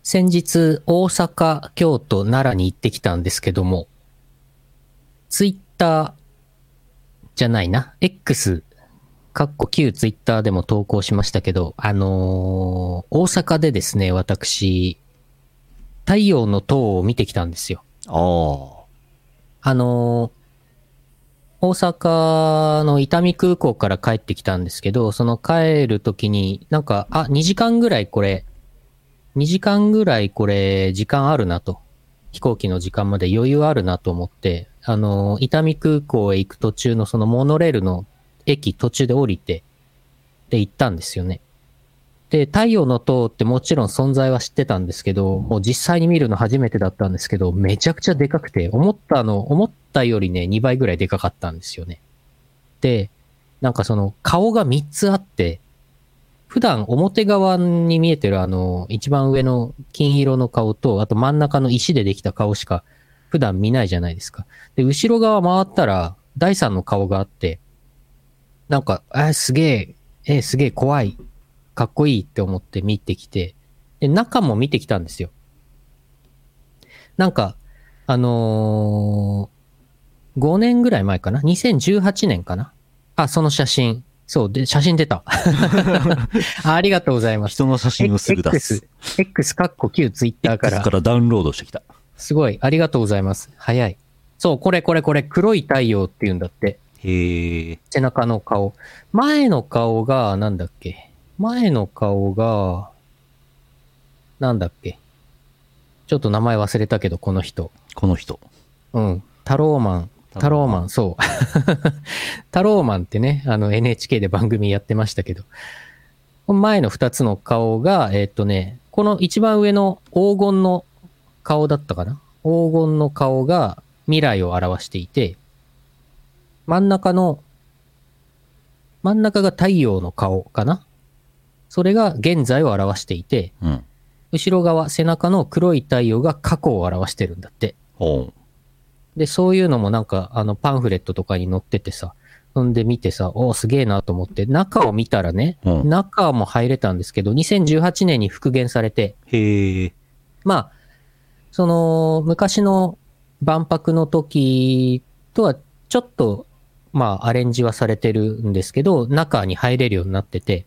先日、大阪、京都、奈良に行ってきたんですけども、ツイッターじゃないな、X、旧ツイッターでも投稿しましたけど、大阪でですね、私、太陽の塔を見てきたんですよ。 あ大阪の伊丹空港から帰ってきたんですけど、その帰るときに、なんか、2時間ぐらいこれ、時間あるなと。飛行機の時間まで余裕あるなと思って、伊丹空港へ行く途中のそのモノレールの駅途中で降りて、で行ったんですよね。で、太陽の塔ってもちろん存在は知ってたんですけど、もう実際に見るの初めてだったんですけど、めちゃくちゃでかくて、思ったよりね、2倍ぐらいでかかったんですよね。で、なんかその顔が3つあって、普段表側に見えてる一番上の金色の顔と、あと真ん中の石でできた顔しか普段見ないじゃないですか。で、後ろ側回ったら第三の顔があって、なんか、すげえ怖い、かっこいいって思って見てきて、で、中も見てきたんですよ。なんか、5年ぐらい前かな ?2018 年かなその写真。そう、で、写真出た。ありがとうございます。 人の写真をすぐ出す。 X、旧ツイッターから。 X からダウンロードしてきた。 すごい、ありがとうございます。早い。そう、これ、黒い太陽って言うんだって。 へえ。 背中の顔。前の顔が、なんだっけ。ちょっと名前忘れたけど、この人。うん。タローマン、そう。タローマンってね、NHK で番組やってましたけど。前の2つの顔が、この一番上の黄金の顔だったかな？黄金の顔が未来を表していて、真ん中が太陽の顔かな？それが現在を表していて、 うん、 後ろ側、背中の黒い太陽が過去を表してるんだって。で、そういうのもなんか、パンフレットとかに載っててさ、そんで見てさ、すげえなと思って、中を見たらね、中も入れたんですけど、2018年に復元されて、まあ、その、昔の万博の時とは、ちょっと、まあ、アレンジはされてるんですけど、中に入れるようになってて、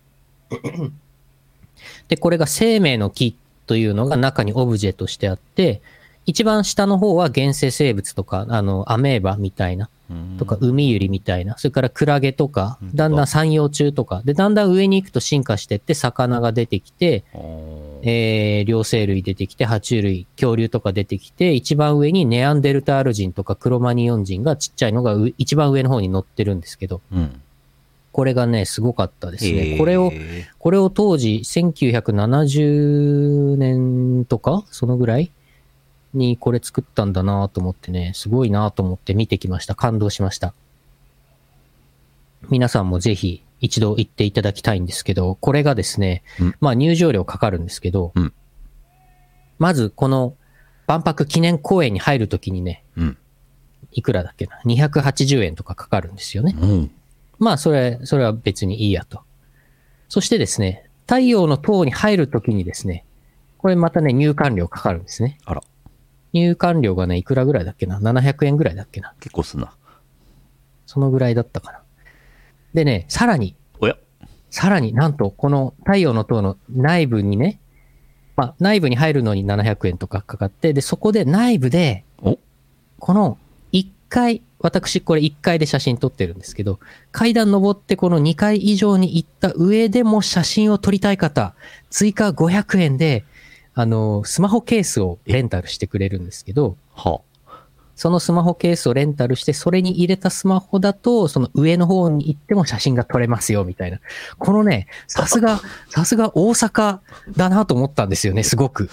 で、これが生命の木というのが中にオブジェとしてあって、一番下の方は原生生物とか、アメーバみたいな、とか、海ユリみたいな、それからクラゲとか、だんだん三葉虫とか、で、だんだん上に行くと進化してって、魚が出てきて、両生類出てきて、爬虫類、恐竜とか出てきて、一番上にネアンデルタール人とかクロマニヨン人がちっちゃいのが一番上の方に乗ってるんですけど、これがね、すごかったですね。これを当時、1970年とか、そのぐらいにこれ作ったんだなと思ってね、すごいなと思って見てきました。感動しました。皆さんもぜひ一度行っていただきたいんですけど、これがですね、まあ入場料かかるんですけど、まずこの万博記念公園に入るときにね、いくらだっけな、280円とかかかるんですよね。まあそれは別にいいやと。そしてですね、太陽の塔に入るときにですね、これまたね、入館料かかるんですね。 あら。 入館料がね、いくらぐらいだっけな ?700 円ぐらいだっけな。 結構すんな。 そのぐらいだったかな。でね、さらになんと、この太陽の塔の内部にね、まあ、内部に入るのに700円とかかかって、で、そこで内部で、この1階、私これ1階で写真撮ってるんですけど、階段登ってこの2階以上に行った上でも写真を撮りたい方、追加500円で、スマホケースをレンタルしてくれるんですけど、そのスマホケースをレンタルして、それに入れたスマホだと、その上の方に行っても写真が撮れますよ、みたいな。このね、さすが大阪だなと思ったんですよね、すごく。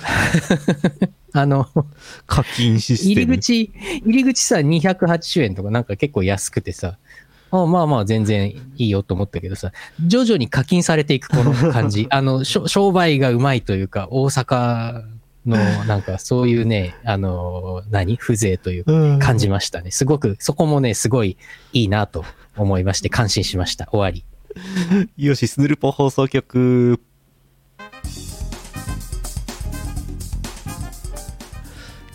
課金システム。 入り口さ、280円とかなんか結構安くてさ、まあまあ全然いいよと思ったけどさ、徐々に課金されていくこの感じ。商売がうまいというか、大阪のなんかそういうね、風情というか感じましたね。すごく、そこもね、すごいいいなと思いまして感心しました。終わり。 よし、スヌルポ放送局。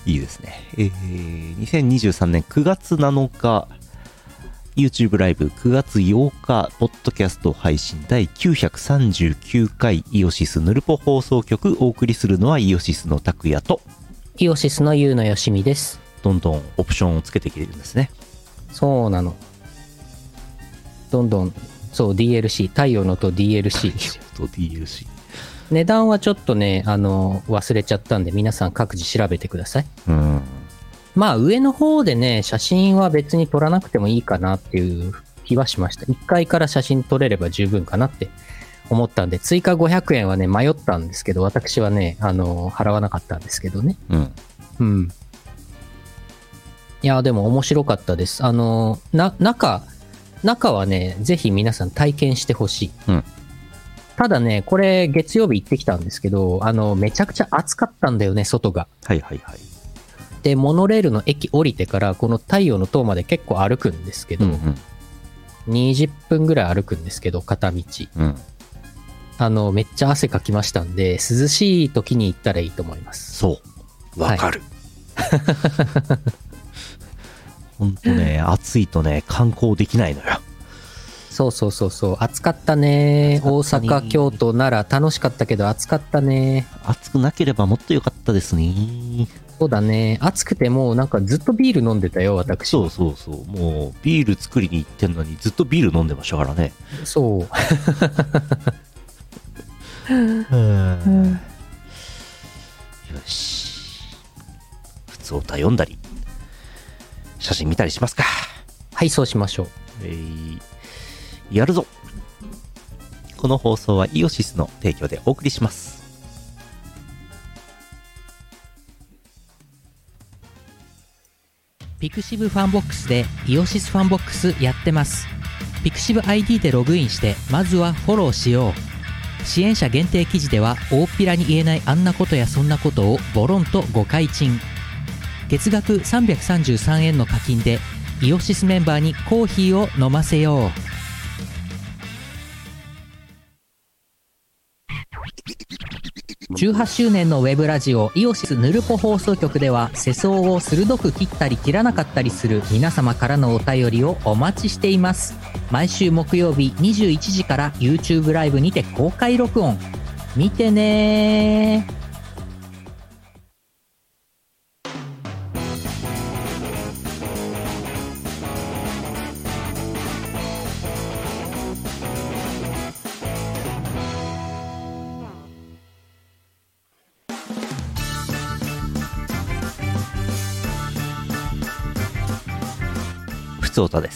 いいですね。2023年9月7日、YouTube ライブ9月8日、ポッドキャスト配信第939回イオシスヌルポ放送局、お送りするのはイオシスの拓也と、 イオシスのユウのよしみです。 どんどんオプションをつけてきてるんですね。 そうなの。どんどん、そう、DLC、太陽のと DLC ですよ。 と DLC。 値段はちょっとね、忘れちゃったんで、皆さん各自調べてください。まあ、上の方でね、写真は別に撮らなくてもいいかなっていう気はしました。1階から写真撮れれば十分かなって思ったんで、追加500円はね、迷ったんですけど、私はね、払わなかったんですけどね。うん。いや、でも面白かったです。中はね、ぜひ皆さん体験してほしい。ただね、これ月曜日行ってきたんですけど、めちゃくちゃ暑かったんだよね、外が。 はいはいはい。 で、モノレールの駅降りてから、この太陽の塔まで結構歩くんですけど、20分ぐらい歩くんですけど、片道。めっちゃ汗かきましたんで、涼しい時に行ったらいいと思います。 そう。わかる。ほんとね、暑いとね、観光できないのよ。 そう。暑かったね。大阪、京都、奈良、楽しかったけど暑かったね。 暑くなければもっと良かったですね。 そうだね。暑くてもうなんかずっとビール飲んでたよ、私。 そう。もうビール作りに行ってんのにずっとビール飲んでましたからね。 そう。 よし。普通歌読んだり、写真見たりしますか。 はい、そうしましょう。 やるぞ。この放送はイオシスの提供でお送りします。 ピクシブファンボックスでイオシスファンボックスやってます。ピクシブ ID でログインしてまずはフォローしよう。支援者限定記事では大っぴらに言えないあんなことやそんなことをボロンと誤解賃。月額333円の課金でイオシスメンバーにコーヒーを飲ませよう。18周年のウェブラジオイオシスヌルポ放送局では、世相を鋭く切ったり切らなかったりする皆様からのお便りをお待ちしています。毎週木曜日21時から YouTube ライブにて公開録音。見てねー。 ふつおたです。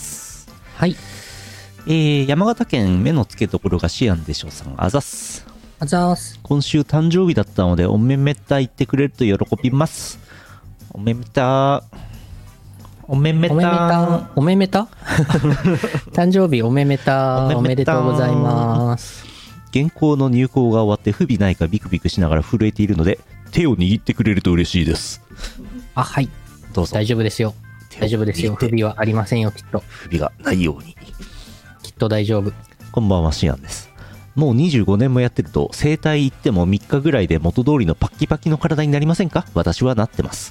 はい。 山形県目の付けどころがシアンでしょうさん、あざっす。 あざーす。 今週誕生日だったのでおめめた言ってくれると喜びます。おめめたおめめたおめめた誕生日おめめたおめでとうございます。 原稿の入稿が終わって不備ないかビクビクしながら震えているので手を握ってくれると嬉しいです。 あ、はい。 どうぞ。 大丈夫ですよ。大丈夫ですよ。不備はありませんよ、きっと。 不備がないように。 きっと大丈夫。 こんばんは、シアンです。もう25年もやってると、整体行っても3日ぐらいで元通りのパッキパキの体になりませんか？私はなってます。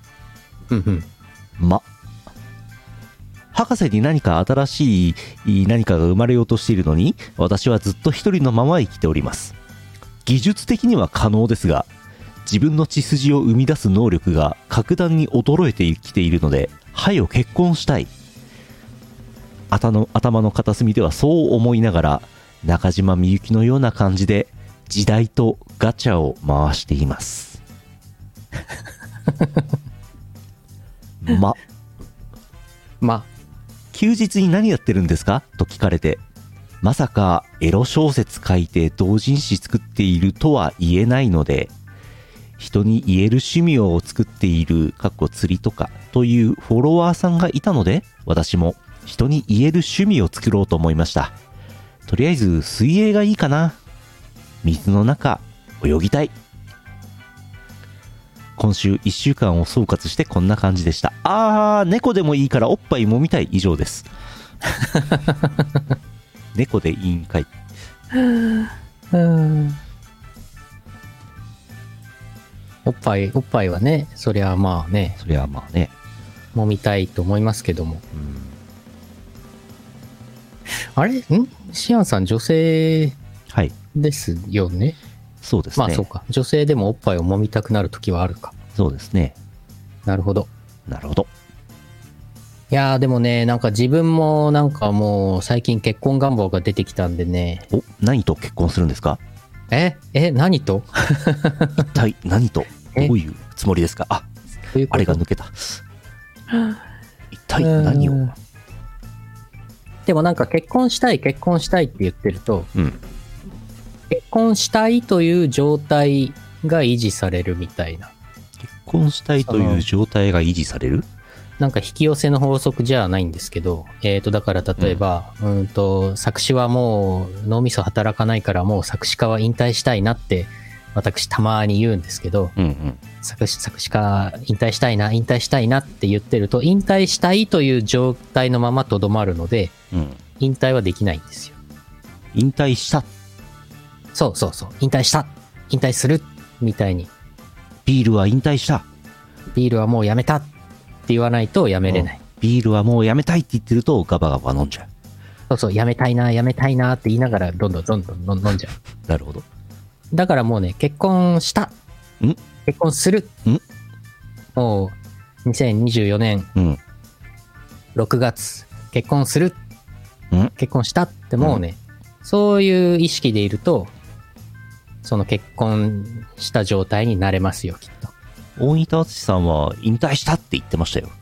博士に何か新しい何かが生まれようとしているのに、私はずっと一人のまま生きております。技術的には可能ですが、自分の血筋を生み出す能力が格段に衰えてきているので、はよ結婚したい。頭の片隅ではそう思いながら、中島みゆきのような感じで時代とガチャを回しています。休日に何やってるんですかと聞かれて、まさかエロ小説書いて同人誌作っているとは言えないので、人に言える趣味を作っている釣りとかというフォロワーさんがいたので、私も人に言える趣味を作ろうと思いました。とりあえず水泳がいいかな。水の中泳ぎたい。今週1週間を総括してこんな感じでした。猫でもいいからおっぱい揉みたい。以上です。猫でいいんかい。 おっぱいはね、そりゃまあね、 そりゃまあね。 揉みたいと思いますけども。 うん。 あれシアンさん女性はい。 ですよね。 そうですね。 まあそうか。女性でもおっぱいを揉みたくなるときはあるか。 そうですね。 なるほど。 なるほど。 いやーでもね、なんか自分もなんかもう最近結婚願望が出てきたんでね。 お、何と結婚するんですか？ 何と一体何と、どえういうつもりですか？あ、 どういうことあれが抜けた。一体何を？ でもなんか結婚したいって言ってると、 うん。 結婚したいという状態が維持されるみたいな。 結婚したいという状態が維持される？ なんか引き寄せの法則じゃないんですけど、だから例えば、作詞はもう脳みそ働かないからもう作詞家は引退したいなって私たまに言うんですけど、 うんうん。 作詞家引退したいなって言ってると、引退したいという状態のままとどまるので、 うん。 引退はできないんですよ。 引退した。 そう。引退するみたいに。 ビールは引退した。 ビールはもうやめたって言わないとやめれない。 ビールはもうやめたいって言ってるとガバガバ飲んじゃう。 そう、やめたいなって言いながらどんどん飲んじゃう。 なるほど。 だからもうね、結婚した結婚するもう2024年うん 6月結婚するうん結婚したってもうね、そういう意識でいるとその結婚した状態になれますよ、きっと。 大仁田敦さんは引退したって言ってましたよ。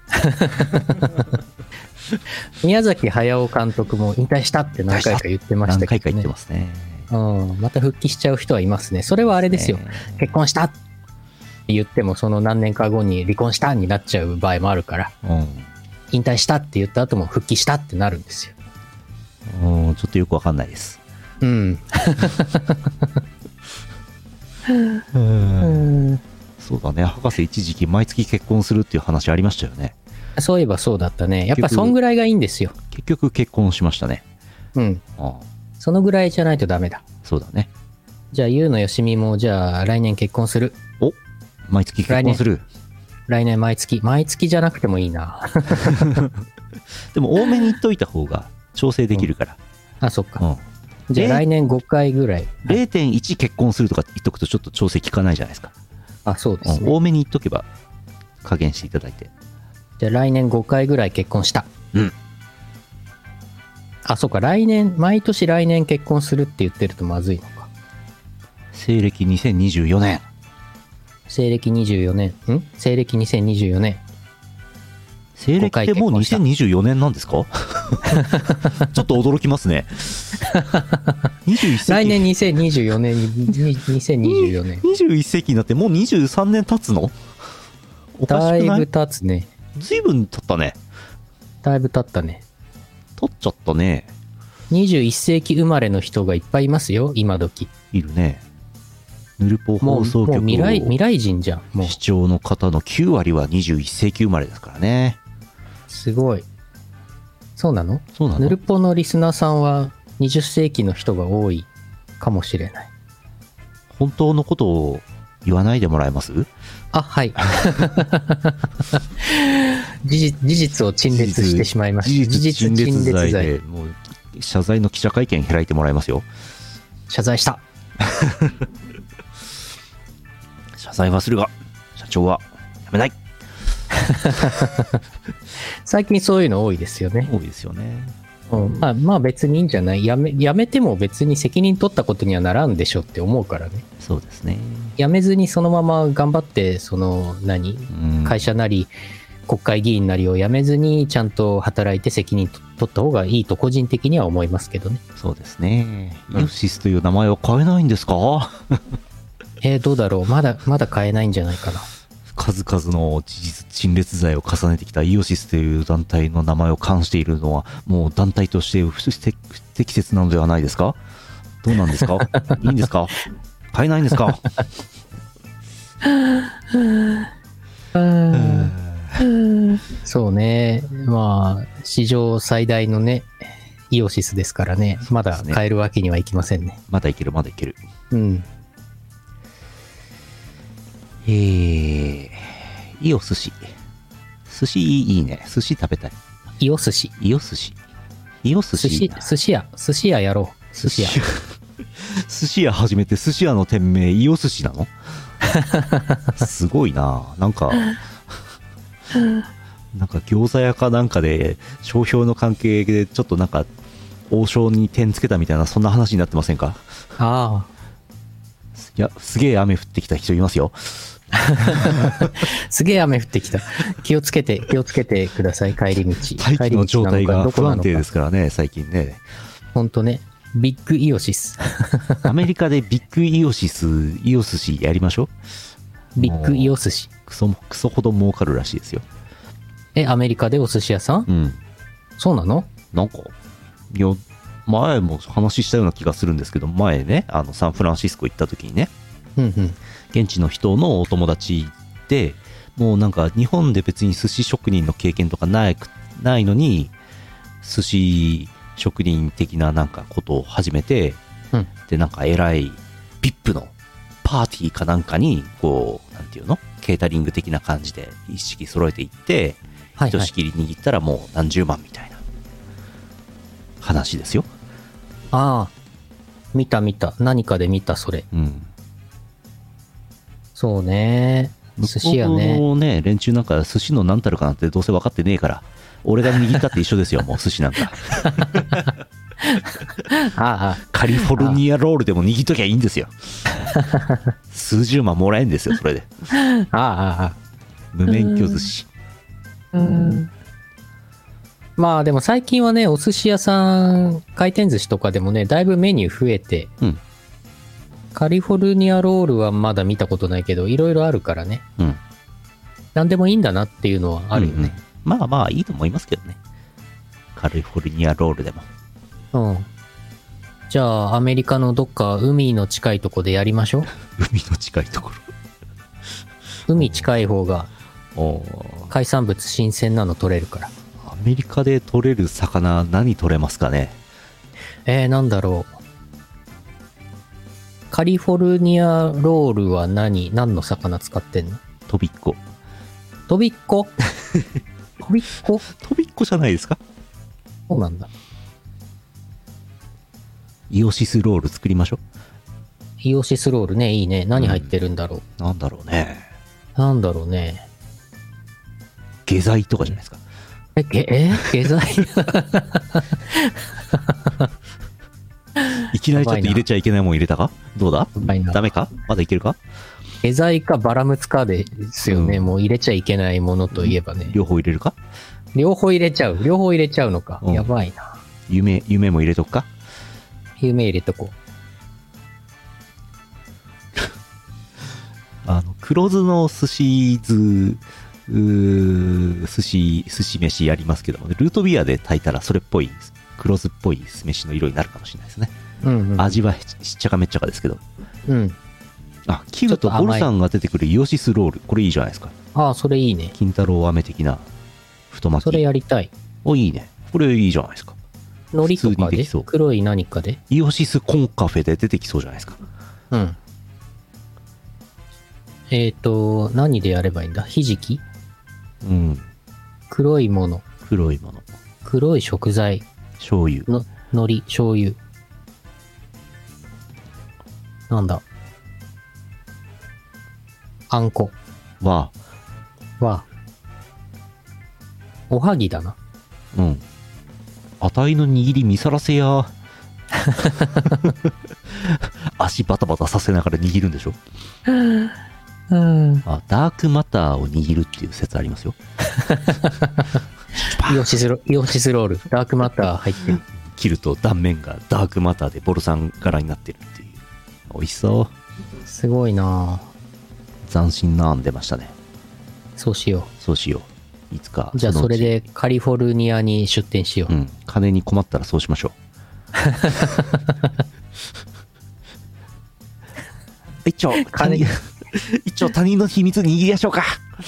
宮崎駿監督も引退したって何回か言ってましたけどね。 何回か言ってますね。 また復帰しちゃう人はいますね。それはあれですよ。結婚したって言ってもその何年か後に離婚したになっちゃう場合もあるから、引退したって言った後も復帰したってなるんですよ。 ちょっとよくわかんないです。そうだね。博士一時期毎月結婚するっていう話ありましたよね。 そういえばそうだったね。やっぱそんぐらいがいいんですよ。 結局結婚しましたね。 そのぐらいじゃないとダメだ。 そうだね。 じゃあ、ゆうのよしみも、じゃあ、来年結婚する。 お、毎月結婚する。 来年毎月じゃなくてもいいな。 でも多めに言っといた方が調整できるから。 あ、そっか。じゃあ来年5回ぐらい。 0.1 結婚するとか言っとくとちょっと調整効かないじゃないですか。 あ、そうですね。 多めに言っとけば加減していただいて。 じゃあ来年5回ぐらい結婚した。あ、そうか。毎年来年結婚するって言ってるとまずいのか。 西暦2024年。 西暦2024年。 西暦ってもう2024年なんですか？ちょっと驚きますね。21世紀。 来年2024年 21世紀になってもう23年経つの？おかしくない？ だいぶ経つね。 ずいぶん経ったね。 だいぶ経ったね。 経っちゃったね。 21世紀生まれの人がいっぱいいますよ、今時。 いるね。ヌルポ放送局もう未来人じゃん。もう視聴の方の9割は21世紀生まれですからね。 すごい。そうなの？ そうなの？ ヌルポのリスナーさんは20世紀の人が多いかもしれない。 本当のことを言わないでもらえます？ あ、はい。事実を陳列してしまいました。 事実陳列罪でもう謝罪の記者会見開いてもらいますよ。 謝罪した。 謝罪はするが社長はやめない。 最近そういうの多いですよね。 多いですよね。 まあ別にいいんじゃない？やめても別に責任取ったことにはならんでしょって思うからね。 そうですね。 やめずにそのまま頑張って会社なり国会議員なりを辞めずにちゃんと働いて責任取った方がいいと個人的には思いますけどね。 そうですね。イオシスという名前は変えないんですか？ どうだろう。まだ変えないんじゃないかな。 数々の事実陳列罪を重ねてきたイオシスという団体の名前を冠しているのはもう団体として不適切なのではないですか？どうなんですか？いいんですか？変えないんですか？ そうね。まあ史上最大のねイオシスですからね。まだ変えるわけにはいきませんね。 まだいける。 うん。 いいお寿司。寿司いいね。寿司食べたい。 イオ寿司。 いいお寿司。いいお寿司。 寿司屋やろう。寿司屋。 寿司屋始めて寿司屋の店名いお寿司なの？すごいな。なんか餃子屋かなんかで商標の関係でちょっとなんか王将に点つけたみたいな、そんな話になってませんか？ ああ。 いや、すげえ雨降ってきた人いますよ。 すげえ雨降ってきた。気をつけてください、帰り道。 大気の状態が不安定ですからね、最近ね。 ほんとね。ビッグイオシス。 アメリカでビッグイオシス、イオ寿司やりましょう。 ビッグイオ寿司。 クソほど儲かるらしいですよ。 アメリカでお寿司屋さん？ うん。 そうなの？ なんか、いや、前も話したような気がするんですけど、前ね、サンフランシスコ行った時にね、 うんうん。 現地の人のお友達で、もうなんか日本で別に寿司職人の経験とかないのに、寿司職人的ななんかことを始めて、 うん、 でなんか偉い VIP のパーティーかなんかにこうなんていうのケータリング的な感じで一式揃えていって、 はいはい、 ひとしきり握ったらもう何十万みたいな話ですよ。 ああ、見た何かで見たそれ。 うん。 そうね。寿司屋ね。 向こうのね連中なんか寿司の何たるかなんてどうせ分かってねえから。俺が握ったって一緒ですよ、もう寿司なんか。カリフォルニアロールでも握っときゃいいんですよ。数十万もらえんですよ、それで。無免許寿司。 まあでも最近はね、お寿司屋さん、回転寿司とかでもね、だいぶメニュー増えて、 うん、 カリフォルニアロールはまだ見たことないけど、いろいろあるからね。 うん。 何でもいいんだなっていうのはあるよね。 まあまあいいと思いますけどね。カリフォルニアロールでも。 うん。じゃあアメリカのどっか海の近いとこでやりましょう。 海の近いところ。 海近い方が海産物新鮮なの取れるから。 アメリカで取れる魚何取れますかね？ なんだろう。カリフォルニアロールは何の魚使ってんの？ とびっこ。 とびっこ？とびっこ？ とびっこじゃないですか？ そうなんだ。 イオシスロール作りましょう。 イオシスロールね、いいね。何入ってるんだろう。 なんだろうね。下剤とかじゃないですか。 下剤いきなりちょっと入れちゃいけないもん入れたか？どうだ？ダメか？まだいけるか？ 下剤かバラムツかですよね、もう入れちゃいけないものといえばね。 両方入れるか？ 両方入れちゃうのか。やばいな。 夢も入れとくか？ 夢入れとこう。黒酢の寿司酢寿司飯やりますけども、ね、ルートビアで炊いたらそれっぽい黒酢っぽい酢飯の色になるかもしれないですね。味はしっちゃかめっちゃかですけど。キルとボルさんが出てくるイオシスロール、これいいじゃないですか。 それいいね。 金太郎飴的な太巻き。 それやりたい。 いいね。これいいじゃないですか。 海苔とかで黒い何かでイオシスコンカフェで出てきそうじゃないですか。 何でやればいいんだ？ひじき？黒いもの。黒い食材。 醤油。 海苔、醤油。なんだ？あんこ。おはぎだな。 あたいの握り見さらせや。足バタバタさせながら握るんでしょ？ダークマターを握るっていう説ありますよ。 イオシスロール、ダークマター入ってる。 切ると断面がダークマターでボルサン柄になってるっていう。美味しそう。 すごいな。 斬新な案出ましたね。 そうしよう。いつか。 じゃあそれでカリフォルニアに出店しよう。 金に困ったらそうしましょう。一応他人の秘密握りましょうか。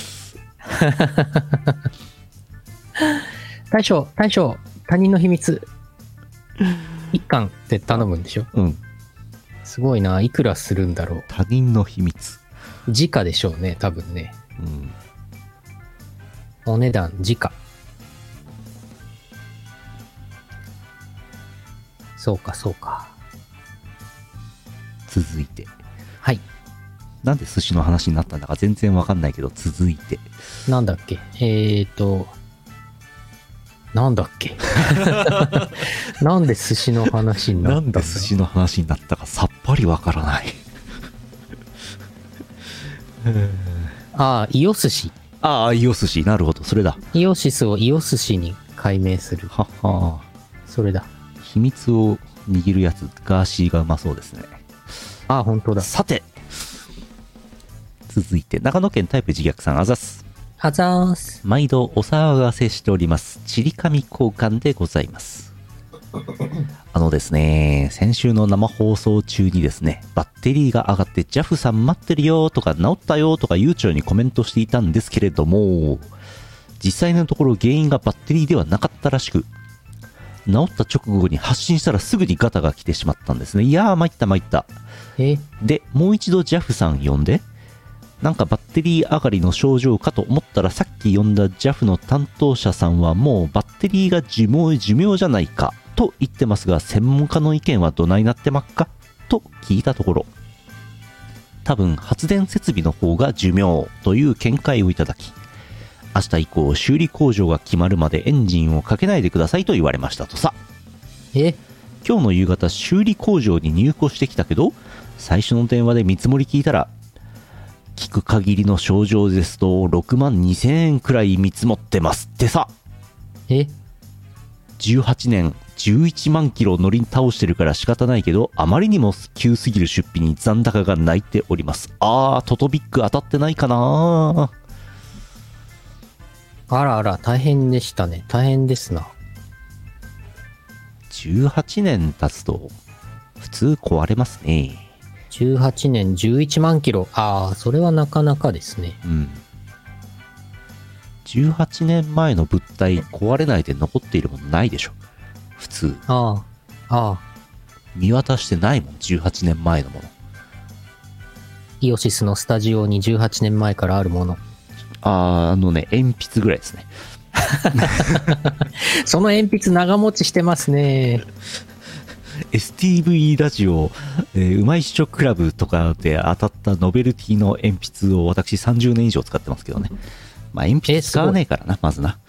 大将、他人の秘密。一貫って頼むんでしょ？すごいな。いくらするんだろう。 他人の秘密。 時価でしょうね、多分ね。 うん。 お値段、時価。そうか、そうか。 続いて。 はい。 なんで寿司の話になったんだか全然わかんないけど、続いて。 なんだっけなんだっけなんで寿司の話になったなんで寿司の話になったかさっぱりわからない。 ああ、イオ寿司。 ああ、イオ寿司。なるほど。それだ。 イオシスをイオ寿司に改名する。 はっは。 それだ。 秘密を握るやつ、ガーシーがうまそうですね。 ああ、本当だ。 さて。続いて、長野県タイプ自虐さん、あざす。 あざーす。 毎度お騒がせしております。ちりかみ交換でございます。ですね、先週の生放送中にですね、バッテリーが上がって JAF さん待ってるよとか治ったよとか悠長にコメントしていたんですけれども、実際のところ原因がバッテリーではなかったらしく、治った直後に発信したらすぐにガタが来てしまったんですね。いやー参った参った。で、もう一度 JAF さん呼んで、なんかバッテリー上がりの症状かと思ったら、さっき呼んだ JAF の担当者さんはもうバッテリーが寿命じゃないかと言ってますが、専門家の意見はどないなってまっかと聞いたところ、多分発電設備の方が寿命という見解をいただき、明日以降修理工場が決まるまでエンジンをかけないでくださいと言われましたとさ。今日の夕方修理工場に入庫してきたけど、最初の電話で見積もり聞いたら、聞く限りの症状ですと6万2000円くらい見積もってますってさ。18年11万キロ乗り倒してるから仕方ないけど、あまりにも急すぎる出費に残高が泣いております。トトビック当たってないかな。 あらあら、大変でしたね。大変ですな。 18年経つと普通壊れますね。 18年11万キロ。それはなかなかですね。 うん。18年前の物体壊れないで残っているものないでしょ。普通。見渡してないもん、18年前のもの。 イオシスのスタジオに18年前からあるもの。 鉛筆ぐらいですね。 その鉛筆長持ちしてますね。 STV ラジオ、うまいっしょクラブとかで当たったノベルティの鉛筆を私30年以上使ってますけどね。まあ鉛筆使わねえからな、まずな。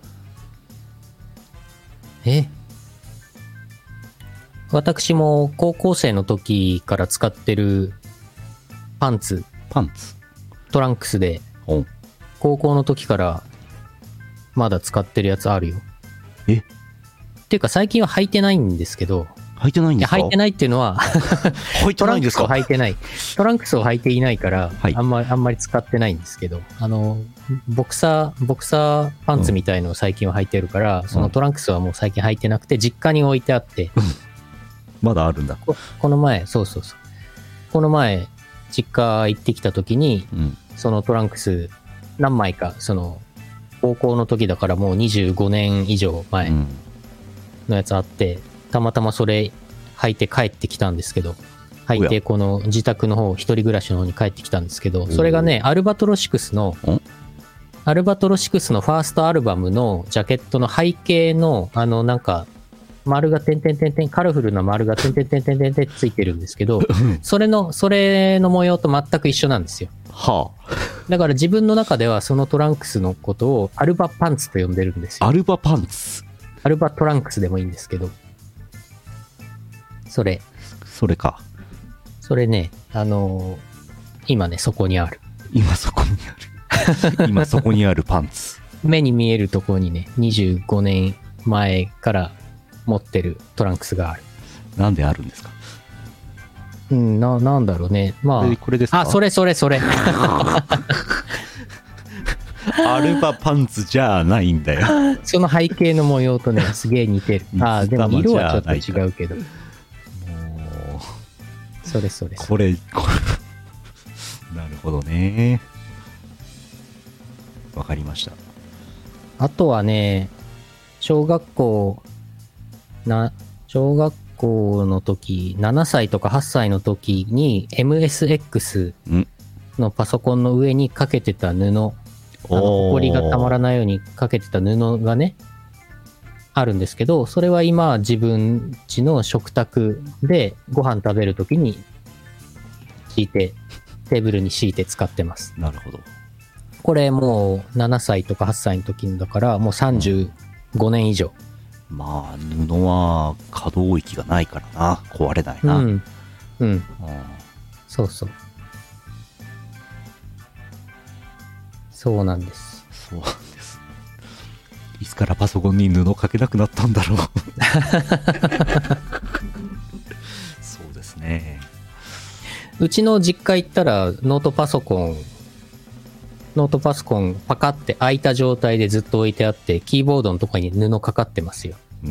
私も高校生の時から使ってるパンツトランクスで、高校の時からまだ使ってるやつあるよ。っていうか最近は履いてないんですけど。 履いてないんですか？ 履いてないっていうのはトランクスを履いてない。トランクスを履いていないから、あんまり使ってないんですけど、ボクサーパンツみたいのを最近は履いてるから、そのトランクスはもう最近履いてなくて、実家に置いてあって。 まだあるんだ。 この前、この前、実家行ってきた時に、そのトランクス、何枚か、高校の時だからもう25年以上前のやつあって、たまたまそれ履いて帰ってきたんですけど、履いてこの自宅の方、一人暮らしの方に帰ってきたんですけど、それがね、アルバトロシクスのファーストアルバムのジャケットの背景の、なんか、丸が点々、カラフルな丸が点々ってついてるんですけど、それの模様と全く一緒なんですよ。だから自分の中ではそのトランクスのことをアルバパンツと呼んでるんですよ。 アルバパンツ？ アルバトランクスでもいいんですけど。それか。それね、今ね、そこにある。 今そこにあるパンツ。 目に見えるところにね、25年前から持ってるトランクスがある。 なんであるんですか？ なんだろうね。まあ。 これですか？ それ。 アルバパンツじゃないんだよ。 その背景の模様とね、すげえ似てる。でも色はちょっと違うけど。それ。 これなるほどね。わかりました。 あとはね、小学校の時、7歳とか8歳の時に MSX のパソコンの上にかけてた布、ホコリがたまらないようにかけてた布がね、あるんですけど、それは今自分家の食卓でご飯食べるときに敷いて、テーブルに敷いて使ってます。 なるほど。 これもう7歳とか8歳の時だからもう35年以上。 まあ布は可動域がないからな、壊れないな。 うん。うん。 うんそうそう。そうなんです。 そうなんです。いつからパソコンに布かけなくなったんだろう。そうですね。 うちの実家行ったらノートパソコンパカって開いた状態でずっと置いてあって、キーボードのとこに布かかってますよ。 うん。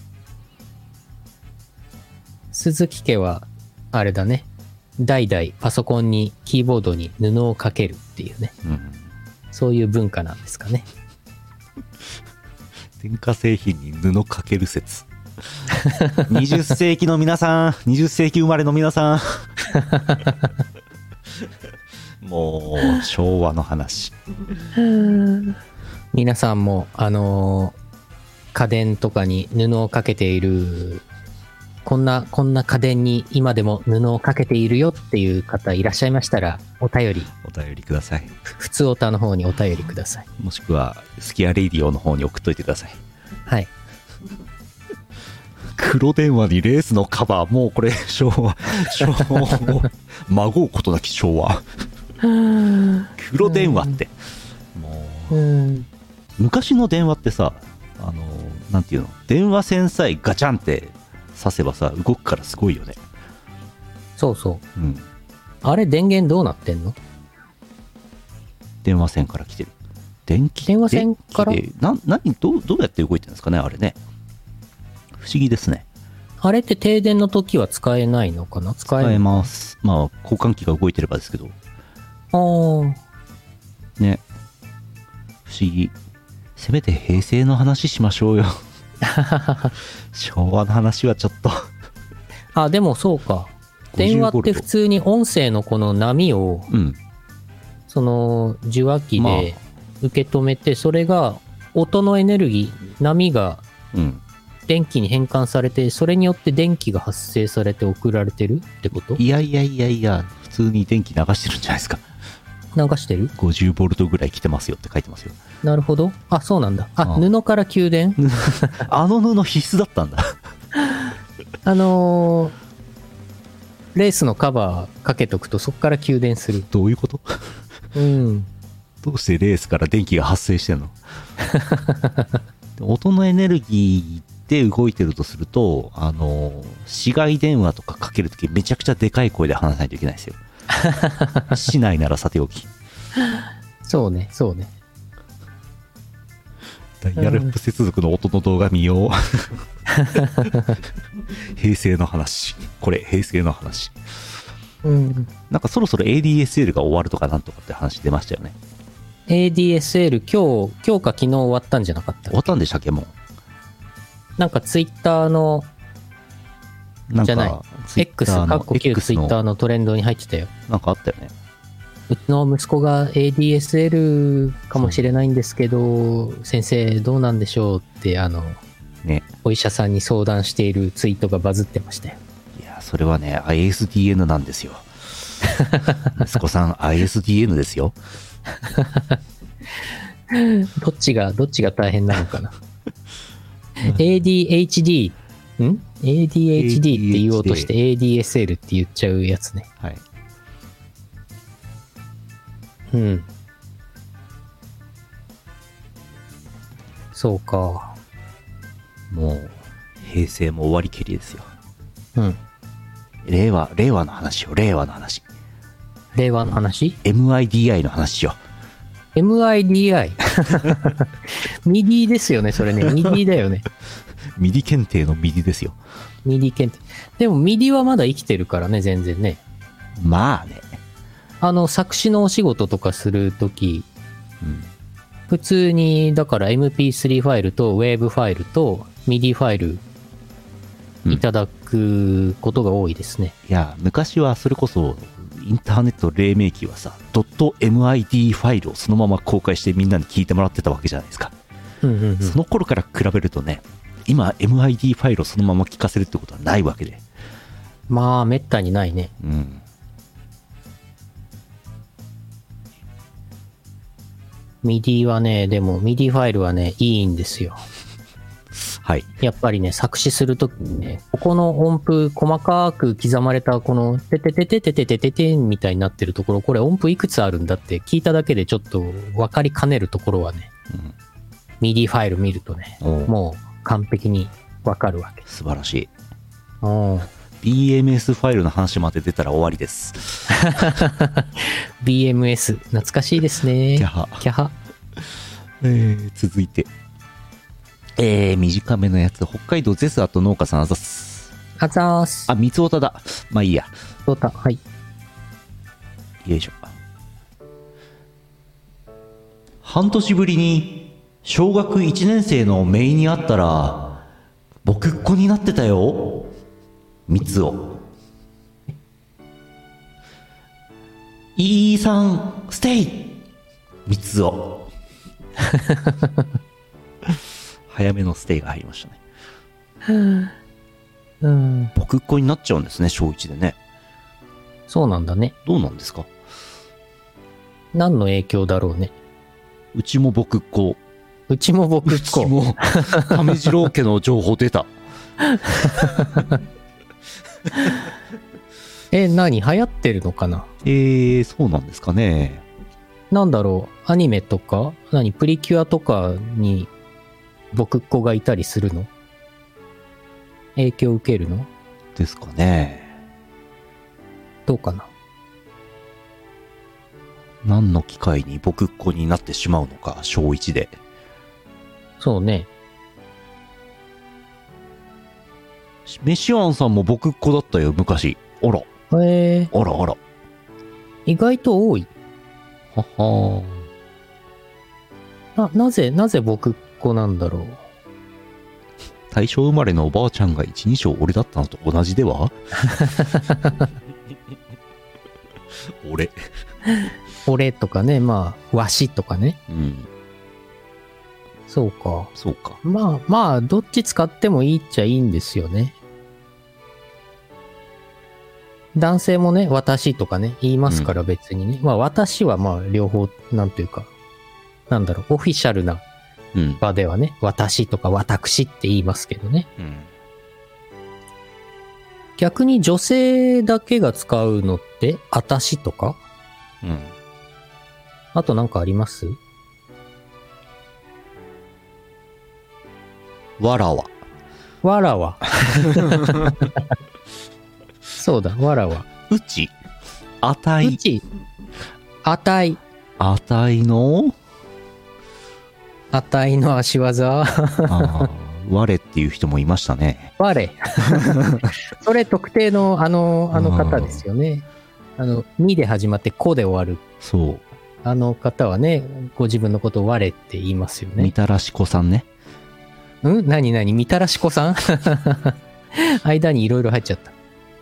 鈴木家はあれだね、代々パソコンにキーボードに布をかけるっていうね、 うん。 そういう文化なんですかね。 電化製品に布かける説。20世紀の皆さん、20世紀生まれの皆さん。もう昭和の話。 皆さんも家電とかに布をかけている、こんな家電に今でも布をかけているよっていう方いらっしゃいましたら、お便りください。 普通オタの方にお便りください。 もしくはスキアレディオの方に送っといてください。 はい。 黒電話にレースのカバー、もうこれ昭和孫うことなき昭和。黒電話ってもう昔の電話ってさ、なんていうの、電話線さえガチャンって刺せばさ動くからすごいよね。 そうそう。 うん。 あれ電源どうなってんの？ 電話線から来てる。電話線からどうやって動いてるんですかね、あれね。不思議ですね。 あれって停電の時は使えないのかな？使えます。まあ交換機が動いてればですけど。ね。不思議。せめて平成の話しましょうよ。昭和の話はちょっと。 あ、でもそうか。電話って普通に音声のこの波を、 うん、 その受話器で受け止めて、それが音のエネルギー、波が電気に変換されて、それによって電気が発生されて送られてるってこと？ いや、普通に電気流してるんじゃないですか。 流してる？ 50 ボルトぐらい来てますよって書いてますよ。 なるほど。あ、そうなんだ。布から給電？ あの布必須だったんだ。 レースのカバーかけとくとそこから給電する。 どういうこと？ うん。 どうしてレースから電気が発生してんの？音のエネルギーで動いてるとすると、市外電話とかかけるときめちゃくちゃでかい声で話さないといけないですよ。市内ならさておき。 そうね。 ダイヤルップ接続の音の動画見よう。平成の話。これ平成の話。 うん。 なんかそろそろ ADSL が終わるとかなんとかって話出ましたよね。 ADSL 今日か昨日終わったんじゃなかった？ 終わったんでしたっけ？もうなんかツイッターのじゃない X かっこ旧ツイッターのトレンドに入ってたよ。 なんかあったよね。 うちの息子が ADSL かもしれないんですけど、先生どうなんでしょうってね、 お医者さんに相談しているツイートがバズってましたよ。 いや、それはね ISDN なんですよ。息子さん ISDN ですよ。 どっちが大変なのかな。ADHD ADHD って言おうとして ADSL って言っちゃうやつね。 はい。 うん。そうか。 もう平成も終わりきりですよ。 うん。 令和の話よ。令和の話。MIDI の話よ。 MIDI ミディですよね、それね。ミディだよね。 ミディ検定のミディですよ。 ミディ検定。でもミディはまだ生きてるからね、全然ね。 まあね。 作詞のお仕事とかするとき、 うん、 普通に、だから MP3 ファイルと WAV ファイルと MIDI ファイルいただくことが多いですね。 いや、昔はそれこそインターネット黎明期はさ、.mid ファイルをそのまま公開してみんなに聞いてもらってたわけじゃないですか。その頃から比べるとね、今 MID ファイルをそのまま聞かせるってことはないわけで。 まあ、めったにないね。 うん。 MIDI はね、でも MIDI ファイルはね、いいんですよ。 はい。 やっぱりね、作詞するときにね、ここの音符、細かく刻まれたこの、てててててててててみたいになってるところ、これ音符いくつあるんだって聞いただけでちょっと分かりかねるところはね、MIDI ファイル見るとね、もう完璧に分かるわけ。 素晴らしい。 BMS BMS ファイルの話まで出たら終わりです。 BMS、懐かしいですね。 キャハ。 キャハ。 続いて。短めのやつ。北海道ゼスアと農家さんあざす。 あざーす。 あ、三つおただ。まあいいや。 そうだ、はい。 よいしょ。半年ぶりに小学1年生の姪に会ったら僕っ子になってたよ。三つお。さんステイ。三つお。早めのステイが入りましたね。僕っ子になっちゃうんですね、小1でね。 そうなんだね。 どうなんですか？ 何の影響だろうね。 うちも僕っ子。 うちも僕っ子。 うちも亀次郎家の情報出た。 何流行ってるのかな？ そうなんですかね。 なんだろう、アニメとかプリキュアとかに僕っ子がいたりするの？影響受けるの？ ですかね。 どうかな。 何の機会に僕っ子になってしまうのか、小1で。 そうね。 メシアンさんも僕っ子だったよ、昔。あら。あらあら。 意外と多い。 ははー。なぜ僕っ子なんだろう。 大正生まれのおばあちゃんが一人称俺だったのと同じでは？ 俺とかね、まあ、わしとかね。 うん。 そうか。 そうか。 まあ、どっち使ってもいいっちゃいいんですよね。男性もね、私とかね、言いますから別にね。まあ、私はまあ、両方、なんていうか、なんだろう、オフィシャルな場ではね、私とか私って言いますけどね。逆に女性だけが使うのって、私とか？あとなんかあります？ わらわ。 わらわ。そうだ、わらわ。 うち。あたい。 うち。あたい。 あたいの？ あたいの足技。 我っていう人もいましたね。 我。それ特定のあの方ですよね。にで始まってこで終わる。 そう。 あの方はね、ご自分のことを我って言いますよね。 みたらし子さんね。 何みたらし子さん？間にいろいろ入っちゃった。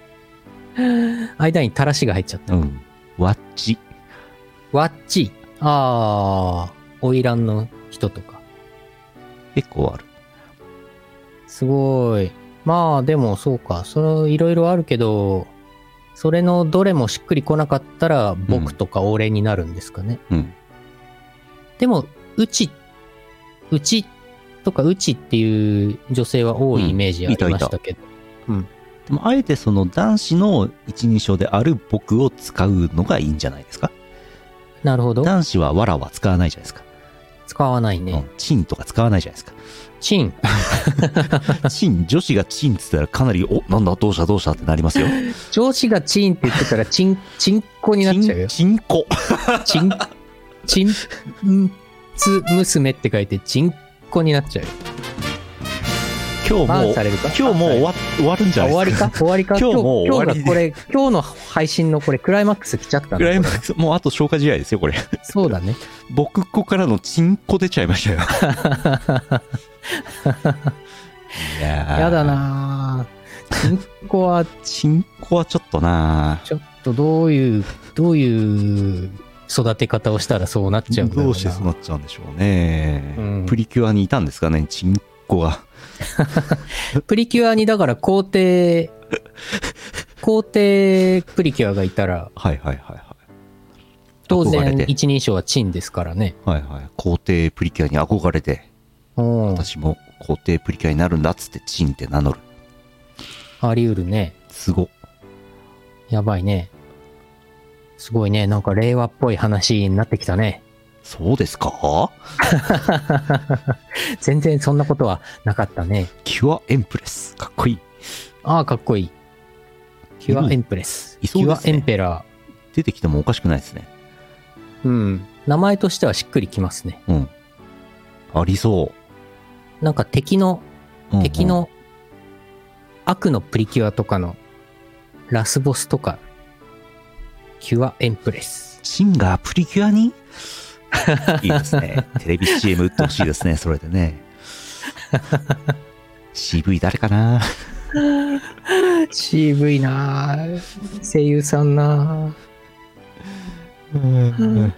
間にたらしが入っちゃった。 わっち。 わっち。花魁の人とか。 結構ある。 すごい。まあでもそうか。いろいろあるけど、それのどれもしっくりこなかったら僕とか俺になるんですかね。でも、うちとかうちっていう女性は多いイメージありましたけど。 でもあえてその男子の一人称である僕を使うのがいいんじゃないですか。 なるほど。 男子はわらは使わないじゃないですか。 使わないね。 チンとか使わないじゃないですか。 チン。 チン、女子がチンって言ったらかなり、なんだ、どうしたってなりますよ。 女子がチンって言ってたらチンコになっちゃうよ。 チンコ。 チンツ娘って書いてチンコになっちゃうよ。 今日もう終わるんじゃないですか。 終わりか。 今日もう終わり。 今日の配信のこれクライマックス来ちゃったクライマックス、もうあと消化試合ですよ、これ。 そうだね。 僕っ子からのチンコ出ちゃいましたよ。 やだなぁ。チンコはちょっとなぁ。 ちょっとどういう育て方をしたらそうなっちゃうんだろうな。 どうしてそうなっちゃうんでしょうね、 うん、 プリキュアにいたんですかね、チンコが。 プリキュアにだから皇帝プリキュアがいたら、 はいはいはいはい。 当然一人称はチンですからね。 はいはい。皇帝プリキュアに憧れて、私も皇帝プリキュアになるんだっつってチンって名乗る。 あり得るね。 すご。 やばいね。すごいね。なんか令和っぽい話になってきたね。 そうですか？ 全然そんなことはなかったね。 キュアエンプレス。かっこいい。 ああ、かっこいい。キュアエンプレス。キュアエンペラー。出てきてもおかしくないですね。 うん。名前としてはしっくりきますね。 うん。ありそう。 なんか敵の悪のプリキュアとかのラスボスとか、キュアエンプレス。 チンがプリキュアにいいですね。テレビ CM 打ってほしいですね、それでね。CV 誰かな ？CV なぁ。声優さんなぁ。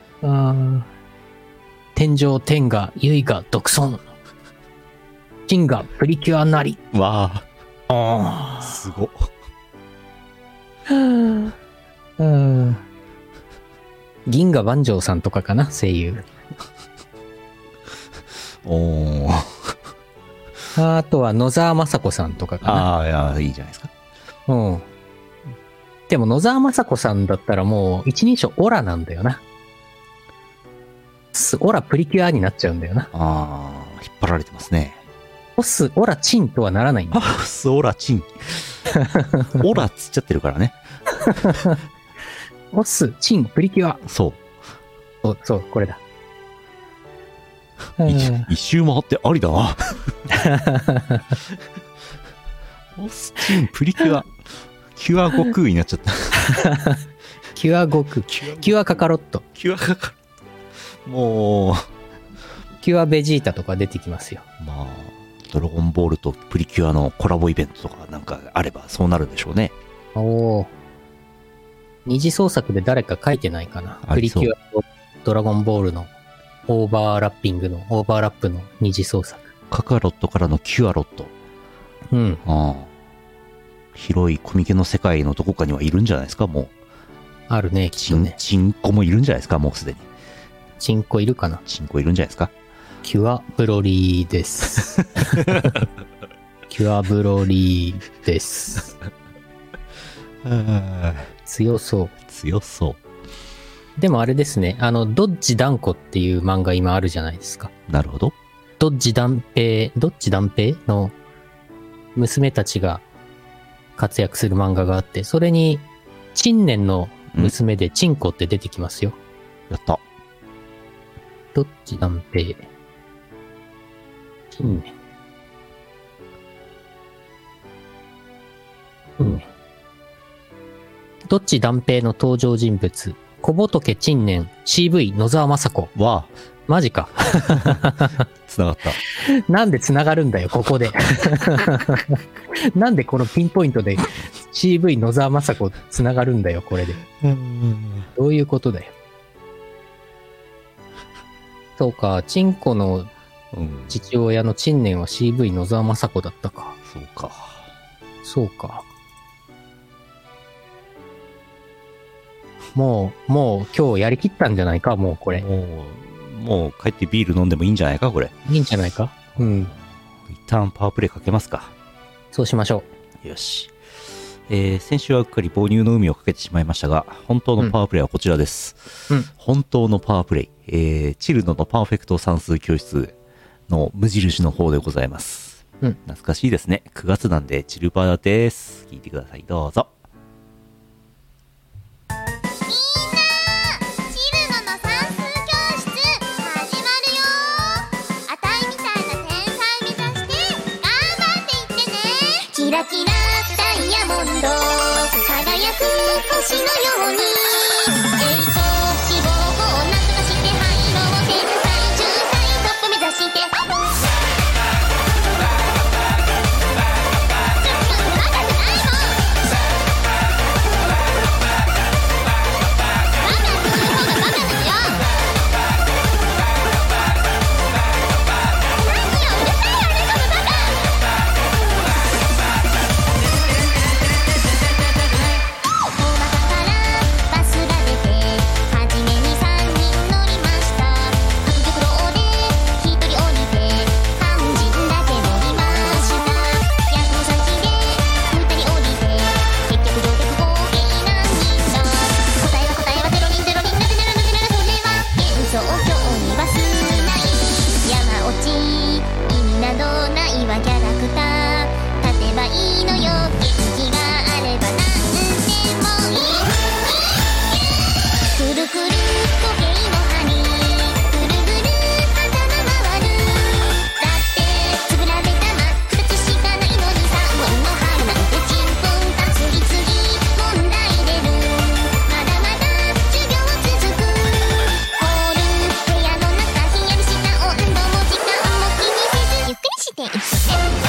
天上天下、唯我独尊。チンがプリキュアなり。 わあ。すごっ。 銀河万丈さんとかかな、声優。 おー。 あとは野沢雅子さんとかかな。 ああ、いや、いいじゃないですか。 うん。でも野沢雅子さんだったらもう一人称オラなんだよな。オラプリキュアになっちゃうんだよな。 ああ、引っ張られてますね。 オラチンとはならないんだよ。 オラチン。オラっつっちゃってるからね。 チン、プリキュア。 そう、 これだ。 一周回ってありだな。チン、プリキュア。キュア悟空になっちゃった。 キュア悟空。キュアカカロット。 もう。 キュアベジータとか出てきますよ。 まあ、ドラゴンボールとプリキュアのコラボイベントとかなんかあればそうなるんでしょうね。 おお。二次創作で誰か書いてないかな。プリキュアとドラゴンボールのオーバーラップの二次創作。 カカロットからのキュアロット。 うん。 ああ。広いコミケの世界のどこかにはいるんじゃないですか、もう。 あるね、きっとね。 チンコもいるんじゃないですか、もうすでに。 チンコいるかな？ チンコいるんじゃないですか。 キュアブロリーです。キュアブロリーです。強そう。でもあれですね、ドッジダンコっていう漫画今あるじゃないですか。 なるほど。 ドッジダンペイの娘たちが活躍する漫画があって、それに、チンネンの娘でチンコって出てきますよ。 やった。 ドッジダンペイ。チンネン。ドッジダンペイの登場人物。小仏チンネン、CV 野沢雅子。 わあ。 マジか。 繋がった。 なんで繋がるんだよ、ここで。なんでこのピンポイントで CV 野沢雅子繋がるんだよ、これで。どういうことだよ。そうか、チンコの父親のチンネンは CV 野沢雅子だったか。そうか。もう今日やりきったんじゃないか、もうこれ。 もう帰ってビール飲んでもいいんじゃないか、これ。 いいんじゃないか。うん。 一旦パワープレイかけますか。 そうしましょう。よし。先週はうっかり母乳の海をかけてしまいましたが、本当のパワープレイはこちらです。本当のパワープレイ。チルノのパーフェクト算数教室の無印の方でございます。懐かしいですね。9月なんでチルパーです。聞いてください、どうぞ。 キラキラダイヤモンド輝く星のように志望をなんとかして入ろう天才中才トップ目指してちょっと長くないもん時計の針ぐるぐる頭回るだってつぶられた真っ二つしかないのにさ盆の春なんてちんぷんか次々問題出るまだまだ授業続くホール部屋の中ひんやりした温度も時間も気にせずゆっくりしていってね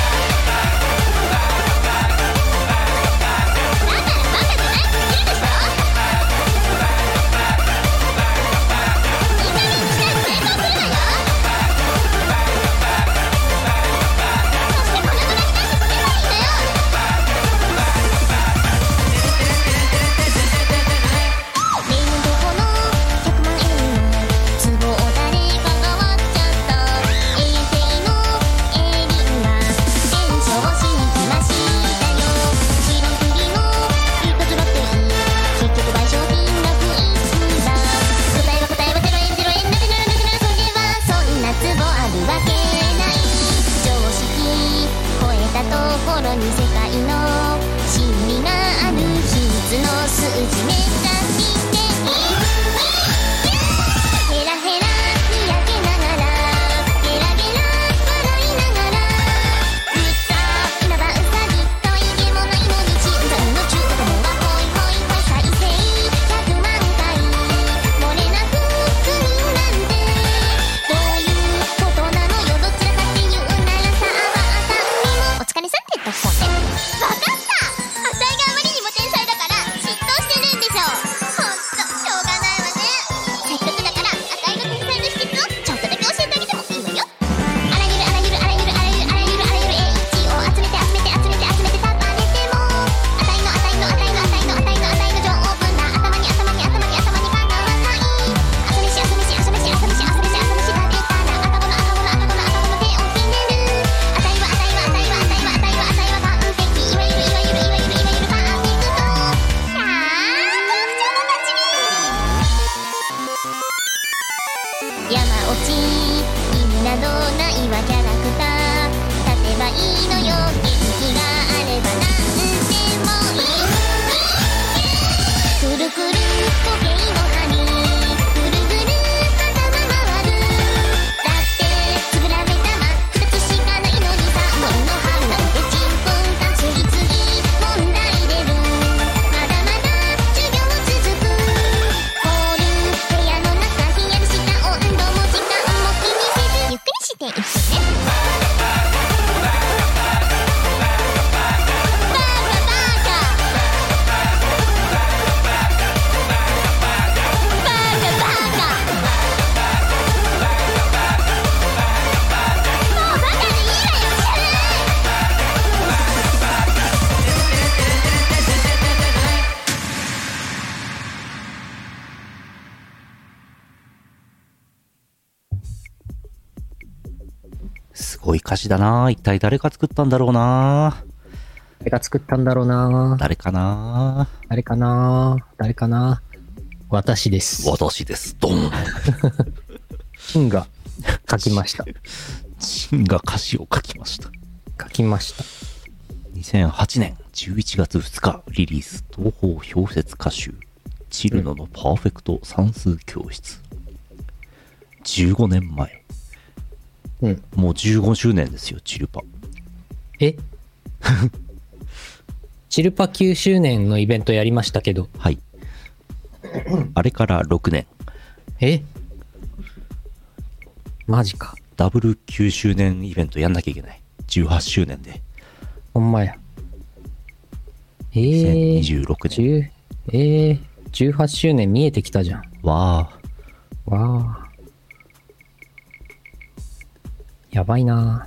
すごい歌詞だな。一体誰が作ったんだろうな。 誰が作ったんだろうな。 誰かな。 誰かな。誰かな。私です。 私です。ドン。 チンが書きました。 チンが歌詞を書きました。 書きました。 2008年11月2日リリース、東方氷雪歌集チルノのパーフェクト算数教室。15年前。 うん。 もう15周年ですよ、チルパ。 えチルパ9周年のイベントやりましたけど。 はい。あれから6年。 えマジか。 ダブル9周年イベントやんなきゃいけない。18周年で。 ほんまや。 2026年。 18周年見えてきたじゃん。 わー。わー。やばいな。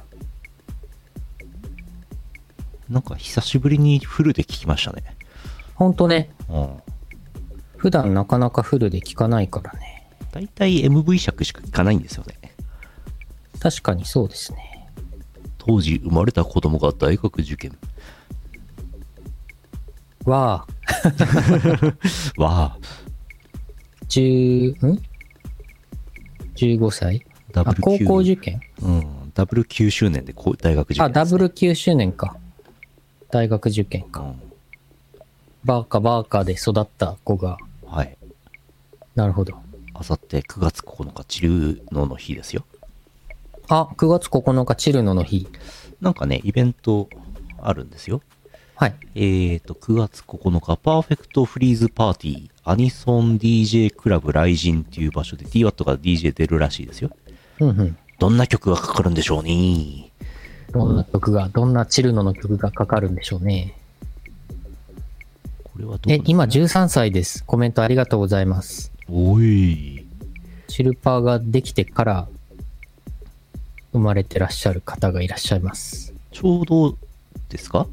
なんか久しぶりにフルで聞きましたね。 ほんとね。 うん。 普段なかなかフルで聞かないからね。 だいたい MV 尺しか聞かないんですよね。 確かにそうですね。 当時生まれた子供が大学受験。 わー。わー。15歳ダブル高校受験。 うん。ダブル9周年で大学受験、ね。 ダブル9周年か。大学受験か。うん、バーカで育った子が。 はい。 なるほど。 あさって9月9日、チルノの日ですよ。 あ、9月9日、チルノの日。 なんかね、イベントあるんですよ。 はい。 9月9日、パーフェクトフリーズパーティー、アニソン DJ クラブ雷神っていう場所で DWAT が DJ 出るらしいですよ。 うんうん。 どんな曲がかかるんでしょうね。 どんなチルノの曲がかかるんでしょうね。 これはどう今13歳です。コメントありがとうございます。 おい。 チルパーができてから生まれてらっしゃる方がいらっしゃいます。 ちょうどですか？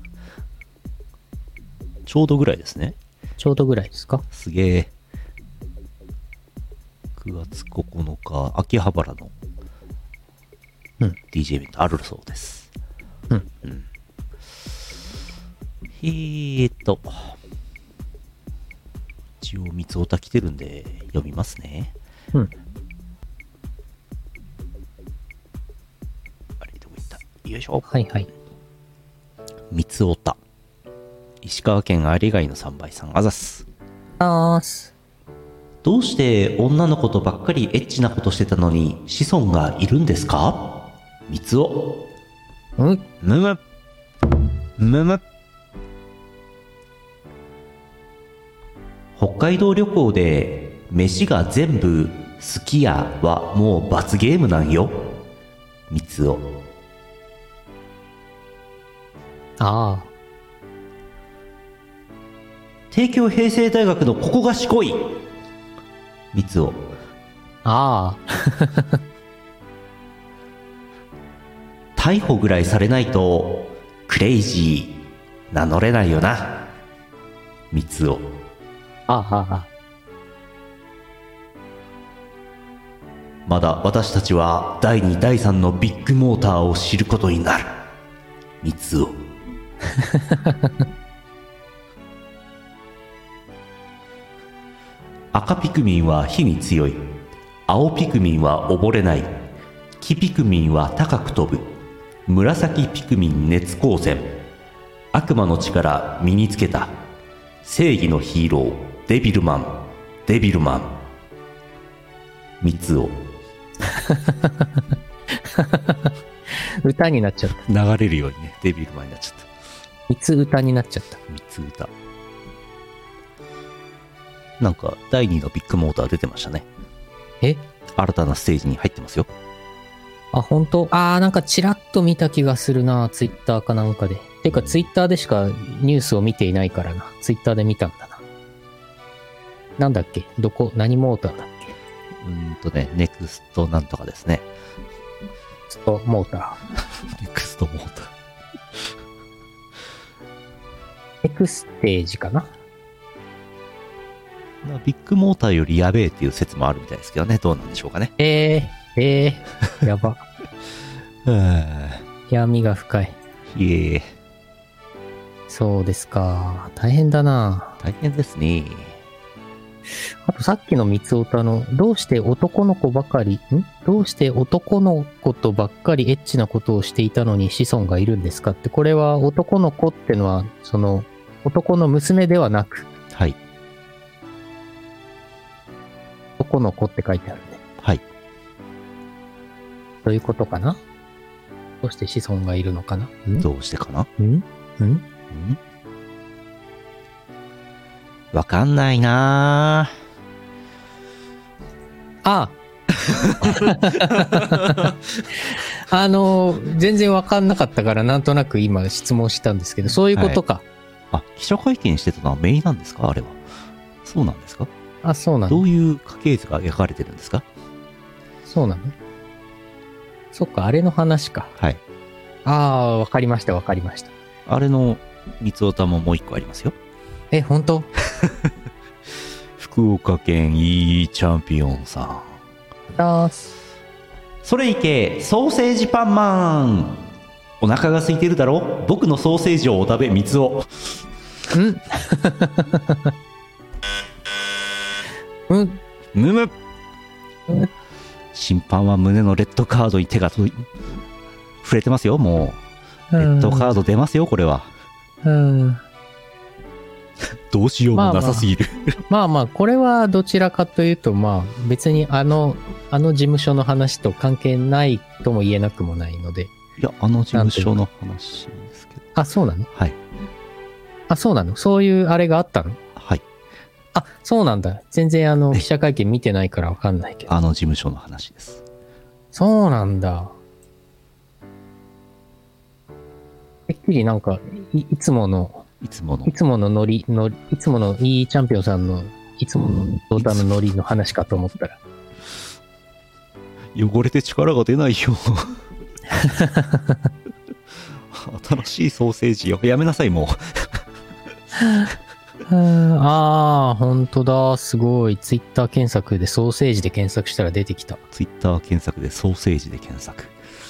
ちょうどぐらいですね。 ちょうどぐらいですか？ すげえ。9月9日、秋葉原のうん DJ イベントあるそうです。 うん。 一応、三つおた来てるんで読みますね。 うん。 あれ、どこ行った？よいしょ。 はいはい。 三つおた。石川県有貝の3倍さん、あざっす。どうして女の子とばっかりエッチなことしてたのに子孫がいるんですか？三つお。むむ。むむ。北海道旅行で飯が全部好きやはもう罰ゲームなんよ。三つお。 ああ。 帝京平成大学のここがしこい。三つお。 ああ。 逮捕ぐらいされないとクレイジー名乗れないよな。三つお。 あ。 まだ私たちは第2第3のビッグモーターを知ることになる。三つお。赤ピクミンは火に強い。青ピクミンは溺れない。黄ピクミンは高く飛ぶ。紫ピクミン熱光線。悪魔の力身につけた。正義のヒーローデビルマン。デビルマン。三つを歌になっちゃった。 流れるようにね、デビルマンになっちゃった。 三つ歌になっちゃった。 三つ歌。なんか第2のビッグモーター出てましたね。 え？ 新たなステージに入ってますよ。 あ、本当？なんかチラッと見た気がするな、ツイッターかなんかで。てかツイッターでしかニュースを見ていないからな。ツイッターで見たんだな。なんだっけ？何モーターだっけ？ ネクストなんとかですね。 ネクストモーター。 ネクストモーター。 ネクステージかな？ ビッグモーターよりやべえっていう説もあるみたいですけどね。どうなんでしょうかね。 やば。闇が深い。 いえ。 そうですか。大変だな。 大変ですね。 あとさっきの三つおたの、どうして男の子とばっかりエッチなことをしていたのに子孫がいるんですかって、これは男の子ってのは、その、男の娘ではなく、 はい。 男の子って書いてあるね。 はい。 どういうことかな？どうして子孫がいるのかな？ どうしてかな？わかんないなあ。全然わかんなかったからなんとなく今質問したんですけど、そういうことか。 はい、記者会見してたのはメイなんですか？あれは。そうなんですか？ あ、そうなの。 どういう家系図が描かれてるんですか？ そうなの。そっか、あれの話か。 はい。 わかりました。 あれの三つおたももう一個ありますよ。 本当？ 福岡県いいチャンピオンさん。それいけ、ソーセージパンマン。お腹が空いてるだろ？僕のソーセージをお食べ、三つお。むむ。審判は胸のレッドカードに手が触れてますよ。もうレッドカード出ますよ、これは。 どうしようもなさすぎる。 まあまあ、これはどちらかというと、まあ別にあの事務所の話と関係ないとも言えなくもないので。 いや、事務所の話ですけど。 あ、そうなの？ はい。 あ、そうなの？そういうあれがあったの？ はい。 あ、そうなんだ。全然記者会見見てないからわかんないけど。 事務所の話です。 そうなんだ。てっきりなんか、いつものノリ、いつものいいチャンピオンさんの、いつものドータのノリの話かと思ったら。 汚れて力が出ないよ。新しいソーセージよ。やめなさい、もう。 ああ、ほんとだ。すごい。ツイッター検索でソーセージで検索したら出てきた。 ツイッター検索でソーセージで検索。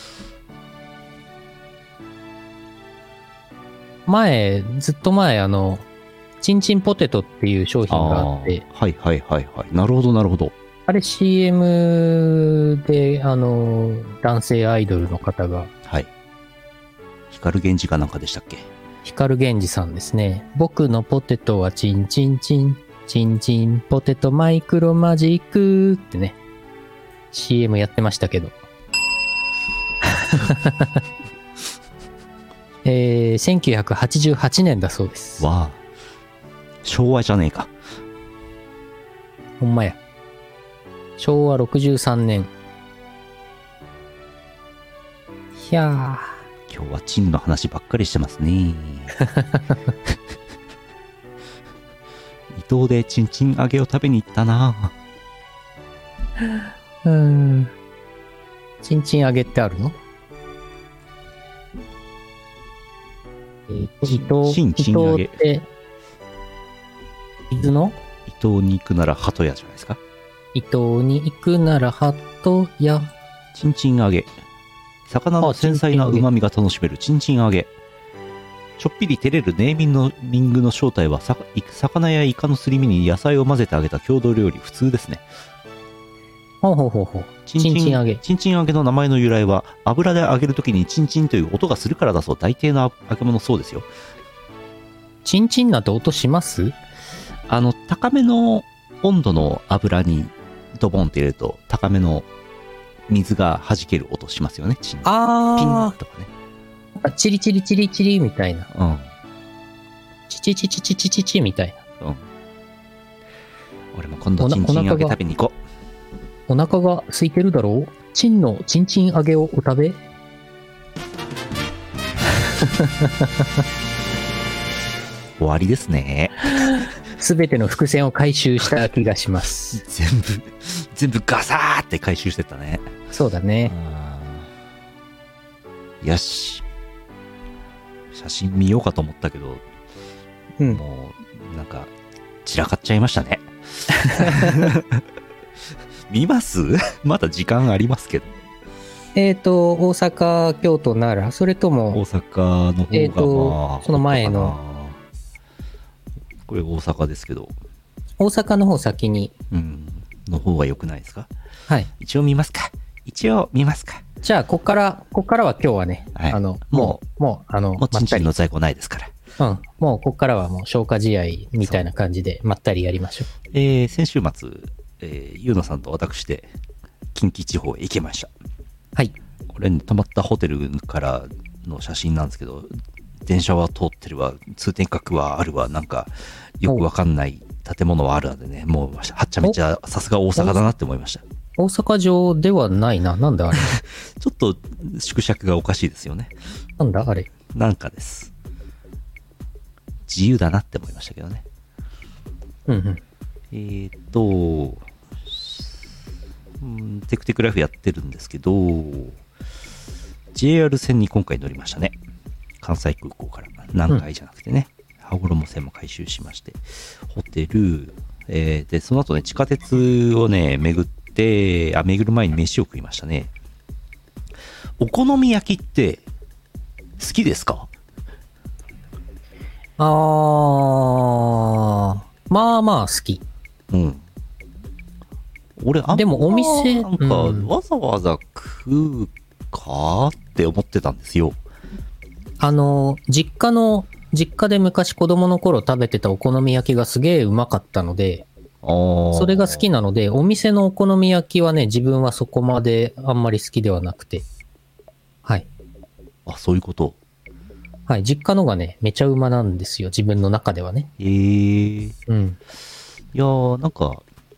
ずっと前、チンチンポテトっていう商品があって。 はいはいはいはい。なるほどなるほど。 あれ CM で、男性アイドルの方が。 はい。光源氏かなんかでしたっけ？ 光源氏さんですね。僕のポテトはチンチンチン、チンチンポテトマイクロマジックってね、CM やってましたけど。1988年だそうです。 わあ。昭和じゃねえか。 ほんまや。昭和63年。いやー。 今日はチンの話ばっかりしてますね。伊東でチンチン揚げを食べに行ったな。 チンチン揚げってあるの？ チンチン揚げ。 って伊豆の？ 伊東に行くなら鳩屋じゃないですか。 伊東に行くなら鳩屋。 チンチン揚げ。魚の繊細な旨味が楽しめるチンチン揚げ。ちょっぴり照れるネーミングの正体は魚やイカのすり身に野菜を混ぜて揚げた郷土料理。普通ですね。 ほう。チンチン揚げ。 チンチン揚げの名前の由来は油で揚げるときにチンチンという音がするからだそう。大抵の揚げ物そうですよ。 チンチンなんて音します？ 高めの温度の油にドボンって入れると高めの水が弾ける音しますよね。チン。ピンとかね。 チリチリチリチリみたいな。 うん。 チチチチチチチチみたいな。うん。 俺も今度チンチン揚げ食べに行こう。お腹が空いてるだろう？チンのチンチン揚げをお食べ？ 終わりですね。 すべての伏線を回収した気がします。 全部ガサーって回収してったね。 そうだね。 よし。写真見ようかと思ったけど、もうなんか散らかっちゃいましたね。見ます？まだ時間ありますけど。 大阪、京都、奈良、それとも大阪の方が、 その前のこれ大阪ですけど、 大阪の方先にの方が良くないですか？ はい。 一応見ますか。じゃあこっからは今日はね、 はい、もうチンチンの在庫ないですから。もうこっからはもう消化試合みたいな感じでまったりやりましょう。 先週末、ゆうのさんと私で近畿地方へ行きました。 はい。 これ、泊まったホテルからの写真なんですけど、電車は通ってるわ、通天閣はあるわ、なんかよくわかんない建物はあるのでね、もうはっちゃめちゃさすが大阪だなって思いました。 大阪城ではないな。なんだあれ。 ちょっと縮尺がおかしいですよね。 なんだあれ。 なんかです。自由だなって思いましたけどね。テクテクライフやってるんですけど、JR 線に今回乗りましたね。関西空港から南海じゃなくてね、羽衣線も回収しまして、ホテル、でその後ね、地下鉄をね巡る前に飯を食いましたね。お好み焼きって好きですか？ まあまあ好き。 俺でもお店なんかわざわざ食うかって思ってたんですよ。 実家の実家で昔子供の頃食べてたお好み焼きがすげえうまかったので、それが好きなので、お店のお好み焼きはね、自分はそこまであんまり好きではなくて。はい。 あ、そういうこと。 はい、実家のがね、めちゃうまなんですよ、自分の中ではね。うん。 いやー、なんか、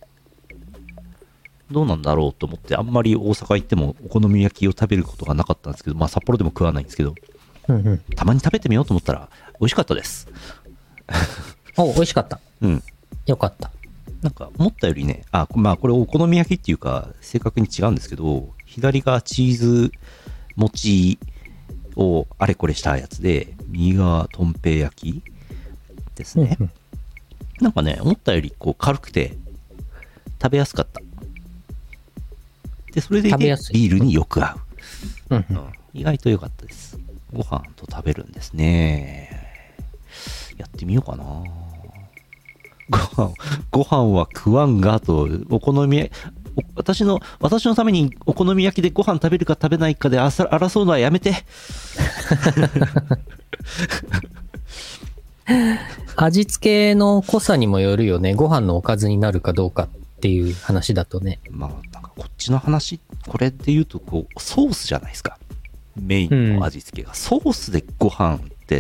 どうなんだろうと思って、あんまり大阪行ってもお好み焼きを食べることがなかったんですけど、まあ札幌でも食わないんですけど、 うんうん。 たまに食べてみようと思ったら、美味しかったです。 お、美味しかった。 うん。 よかった。 なんか、思ったよりね、まあこれお好み焼きっていうか、正確に違うんですけど、左がチーズ餅をあれこれしたやつで、右がとん平焼きですね。 うんうん、 なんかね、思ったよりこう軽くて食べやすかった。で、それでいてビールによく合う。 うんうん、 意外と良かったです。ご飯と食べるんですね。やってみようかな。ご飯は食わんがと、お好み、私のためにお好み焼きでご飯食べるか食べないかで争うのはやめて。 味付けの濃さにもよるよね。ご飯のおかずになるかどうかっていう話だとね。 まあ、なんかこっちの話、これで言うとこう、ソースじゃないですか。メインの味付けが。ソースでご飯って、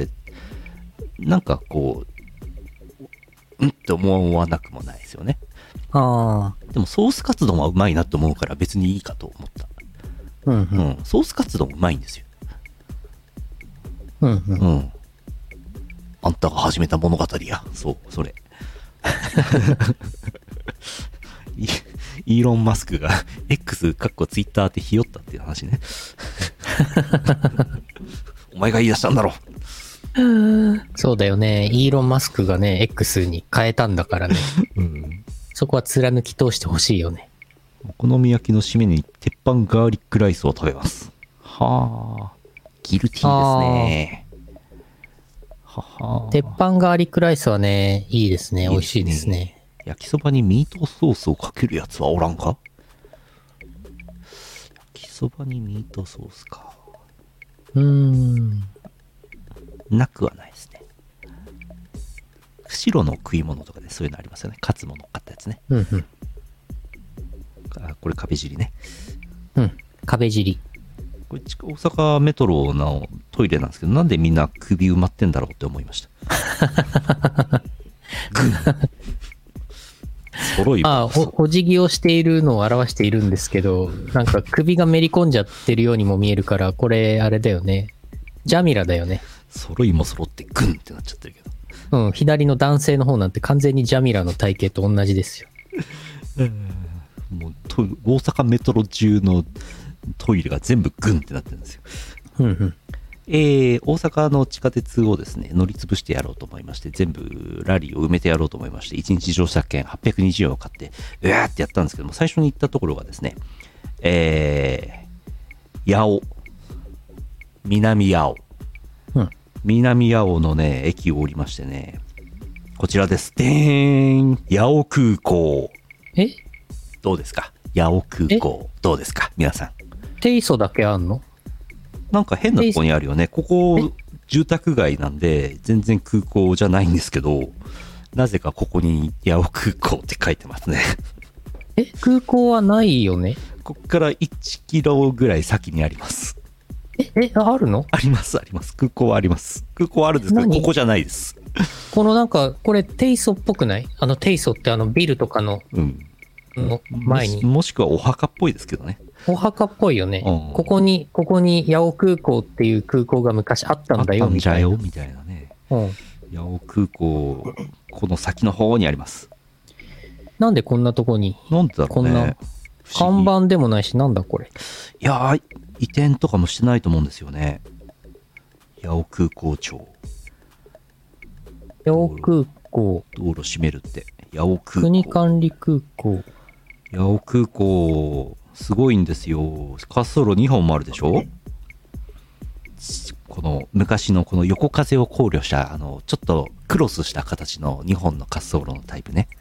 なんかこう、って思わなくもないですよね。 ああ。 でもソースカツ丼はうまいなと思うから別にいいかと思った。 うんうん。 ソースカツ丼うまいんですよ。 うんうん。 うん。あんたが始めた物語や。そう、それ。イーロン・マスクが X かっこツイッターってひよったっていう話ね。お前が言い出したんだろ。 そうだよね。イーロン・マスクがね、X に変えたんだからね。 うん。 そこは貫き通してほしいよね。 お好み焼きの締めに鉄板ガーリックライスを食べます。はあ。ギルティーですね。はは。 鉄板ガーリックライスはね、いいですね。美味しいですね。 焼きそばにミートソースをかけるやつはおらんか？焼きそばにミートソースか。なくはないですね。釧路の食い物とかでそういうのありますよね。カツも乗っかったやつね。 うんうん。 これ壁尻ね。 うん。壁尻。 これ大阪メトロのトイレなんですけど、なんでみんな首埋まってんだろうって思いました。揃いお辞儀をしているのを表しているんですけど、なんか首がめり込んじゃってるようにも見えるから、これあれだよね。ジャミラだよね。 揃いも揃ってグンってなっちゃってるけど。 うん、左の男性の方なんて完全にジャミラの体型と同じですよ。 もう大阪メトロ中のトイレが全部グンってなってるんですよ。 うんうん。 大阪の地下鉄をですね、乗り潰してやろうと思いまして、全部ラリーを埋めてやろうと思いまして、1日乗車券820円を買って、うわーってやったんですけども、最初に行ったところがですね、八尾。南八尾。 うん。 南八尾のね、駅を降りましてね、こちらです。でーん。八尾空港。どうですか？八尾空港。どうですか皆さん。 テイソだけあんの？ なんか変なとこにあるよね。ここ、住宅街なんで、全然空港じゃないんですけど、なぜかここに八尾空港って書いてますね。 空港はないよね？ こっから1キロぐらい先にあります。 あるの？ あります、あります。空港はあります。空港はあるんですけど、ここじゃないです。 このなんか、これテイソっぽくない？テイソってビルとかの、の前に。 もしくはお墓っぽいですけどね。 お墓っぽいよね。ここに八尾空港っていう空港が昔あったんだよみたいな。 あったんじゃよみたいなね。八尾空港、この先の方にあります。 なんでこんなとこに？ なんでだろうね。 こんな看板でもないし、なんだこれ。 いやー、移転とかもしてないと思うんですよね。八尾空港町。 八尾空港。 道路閉めるって。八尾空港。 国管理空港。 八尾空港、すごいんですよ。滑走路2本もあるでしょ？この昔のこの横風を考慮したちょっとクロスした形の2本の滑走路のタイプね。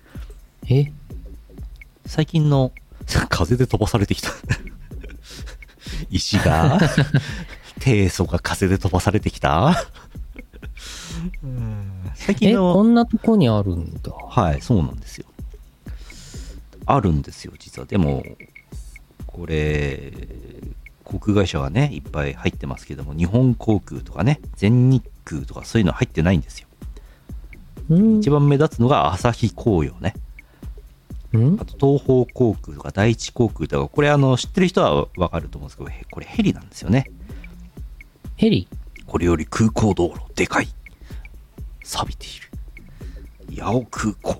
最近の風で飛ばされてきた石が低素が風で飛ばされてきたこ最近の、 んなとこにあるんだ。 はい、そうなんですよ。あるんですよ、実は。でも、これ、航空会社がね、いっぱい入ってますけども、日本航空とかね、全日空とかそういうの入ってないんですよ。 うん。 一番目立つのが朝日航洋ね。 うんあと東方航空とか第一航空とか、これ知ってる人はわかると思うんですけど、これヘリなんですよね。 ヘリこれより空港道路、でかい。錆びている。八尾空港。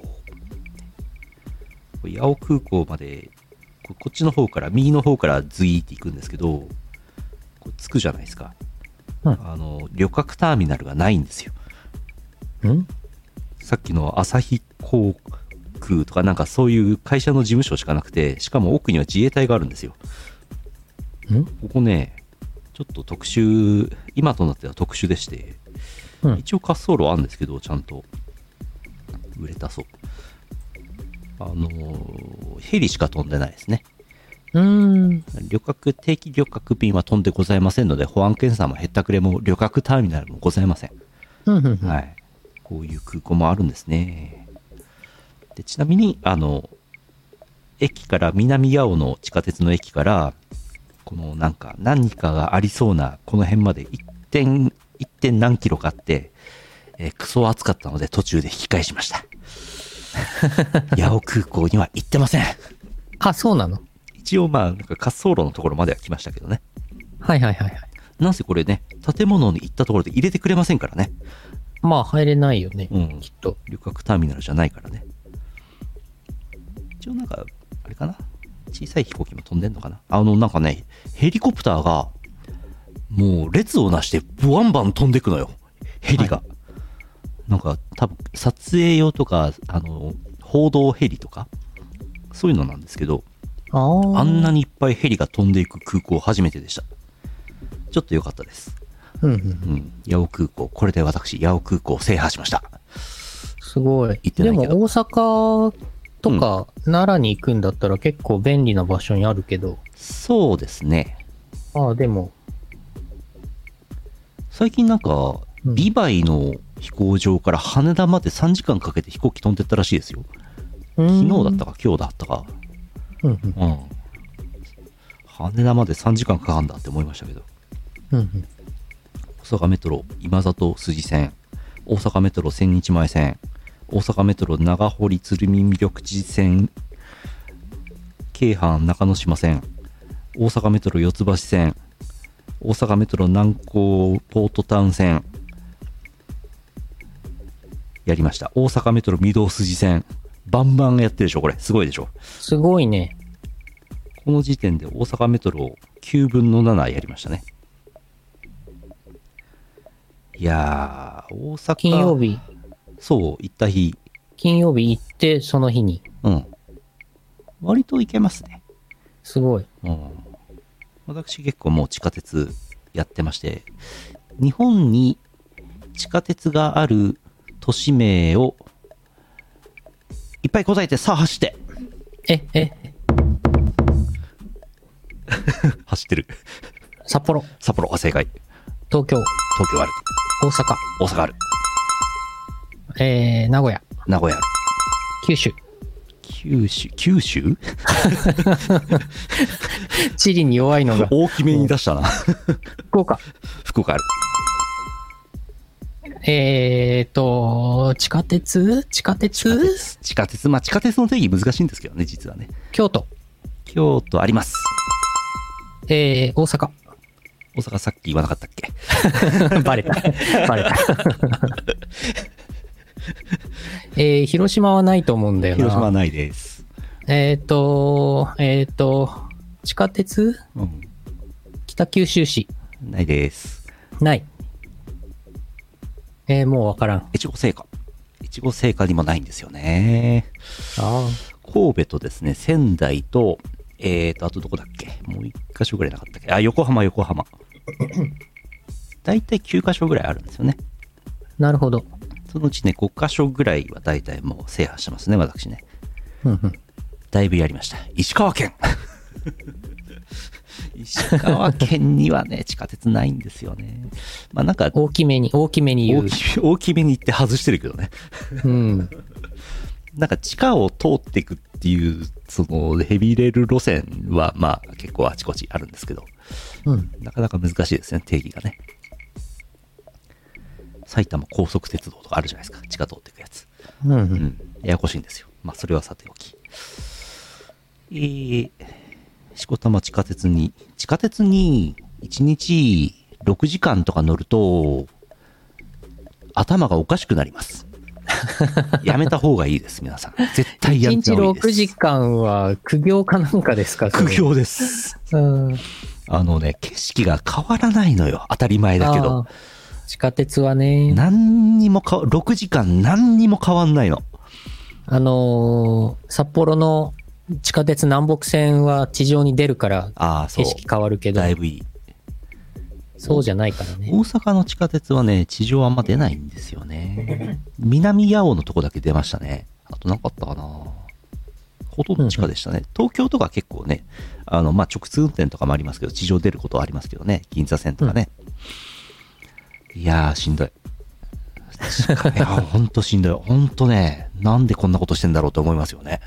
八尾空港まで、こっちの方から、右の方からズイーって行くんですけど、こう着くじゃないですか。 うん旅客ターミナルがないんですよ。 んさっきの朝日航空とかなんかそういう会社の事務所しかなくて、しかも奥には自衛隊があるんですよ。 んここね、ちょっと特殊、今となっては特殊でして、 うん一応滑走路あるんですけど、ちゃんと売れたそう。ヘリしか飛んでないですね。定期旅客便は飛んでございませんので、保安検査もへったくれも旅客ターミナルもございません。はい。こういう空港もあるんですね。で、ちなみに、駅から、南八尾の地下鉄の駅から、このなんか、何かがありそうな、この辺まで 1. 何キロかあって、クソ暑かったので途中で引き返しました。八尾空港には行ってません。 あ、そうなの？ 一応まあ、なんか滑走路のところまでは来ましたけどね。 はいはいはいはい。 なんせこれね、建物に行ったところで入れてくれませんからね。 まあ入れないよね。 うん。 きっと。 旅客ターミナルじゃないからね。一応なんか、あれかな。小さい飛行機も飛んでんのかな。なんかね、ヘリコプターが、もう列をなしてバンバン飛んでくのよ。ヘリが。なんか多分撮影用とか、報道ヘリとか、そういうのなんですけど、あんなにいっぱいヘリが飛んでいく空港初めてでした。ちょっと良かったです。八尾空港。これで私、八尾空港を制覇しました。 すごい。 行ってないけどでも大阪とか奈良に行くんだったら結構便利な場所にあるけど。 そうですね。 ああ、でも。 最近なんか、ビバイの飛行場から羽田まで3時間かけて飛行機飛んでったらしいですよ。昨日だったか今日だったか。羽田まで3時間かかんだって思いましたけど。大阪メトロ今里筋線、大阪メトロ千日前線、大阪メトロ長堀鶴見緑地線、京阪中之島線、大阪メトロ四ツ橋線、大阪メトロ南港ポートタウン線、やりました。大阪メトロ御堂筋線、バンバンやってるでしょ、これ。すごいでしょ。 すごいね。 この時点で大阪メトロ9分の7やりましたね。いやー、大阪。 金曜日。 そう、行った日。 金曜日行って、その日に。 割と行けますね。 すごい。 私結構もう地下鉄やってまして、日本に地下鉄がある都市名をいっぱい答えて、さあ走って。走ってる。 札幌。 札幌、正解。 東京。 東京ある。 大阪。 大阪ある。 名古屋。 名古屋ある。 九州。 九州地理に弱いのが。 大きめに出したな。 福岡。 福岡ある。 地下鉄。 まあ地下鉄の定義難しいんですけどね、実はね。 京都あります。 大阪さっき言わなかったっけバレた広島はないと思うんだよな。 広島はないです。 地下鉄、北九州市ないです。 ない。もうわからん。 越後製菓にもないんですよね。神戸とですね、仙台とあとどこだっけ、もう1箇所ぐらいなかったっけ、横浜だいたい9箇所ぐらいあるんですよね。 なるほど。 そのうちね5箇所ぐらいはだいたいもう制覇してますね、私ね。だいぶやりました。石川県石川県にはね、地下鉄ないんですよね。まあなんか、 大きめに言う。 大きめに言って外してるけどね。 うん。 なんか地下を通っていくっていう、そのヘビーレール路線はまあ結構あちこちあるんですけど、 うん。 なかなか難しいですね、定義がね。埼玉高速鉄道とかあるじゃないですか、地下通っていくやつ。 うん、ううんん。ややこしいんですよ。まあそれはさておき。しこたま地下鉄に1日6時間とか乗ると、頭がおかしくなります。やめた方がいいです、皆さん。絶対やめた方がいいです。 1日6時間は苦行かなんかですか？ 苦行です。 うん。 景色が変わらないのよ。当たり前だけど。 地下鉄はね。 6時間何にも変わんないの。 札幌の地下鉄南北線は地上に出るから景色変わるけど。 だいぶいい。 そうじゃないからね。 大阪の地下鉄はね、地上あんま出ないんですよね。南八尾のとこだけ出ましたね。あとなかったかな。ほとんど地下でしたね。東京とか結構ね、まあ、直通運転とかもありますけど、地上出ることはありますけどね。銀座線とかね。いやー、しんどい。いや、ほんとしんどい。ほんとね、なんでこんなことしてんだろうと思いますよね。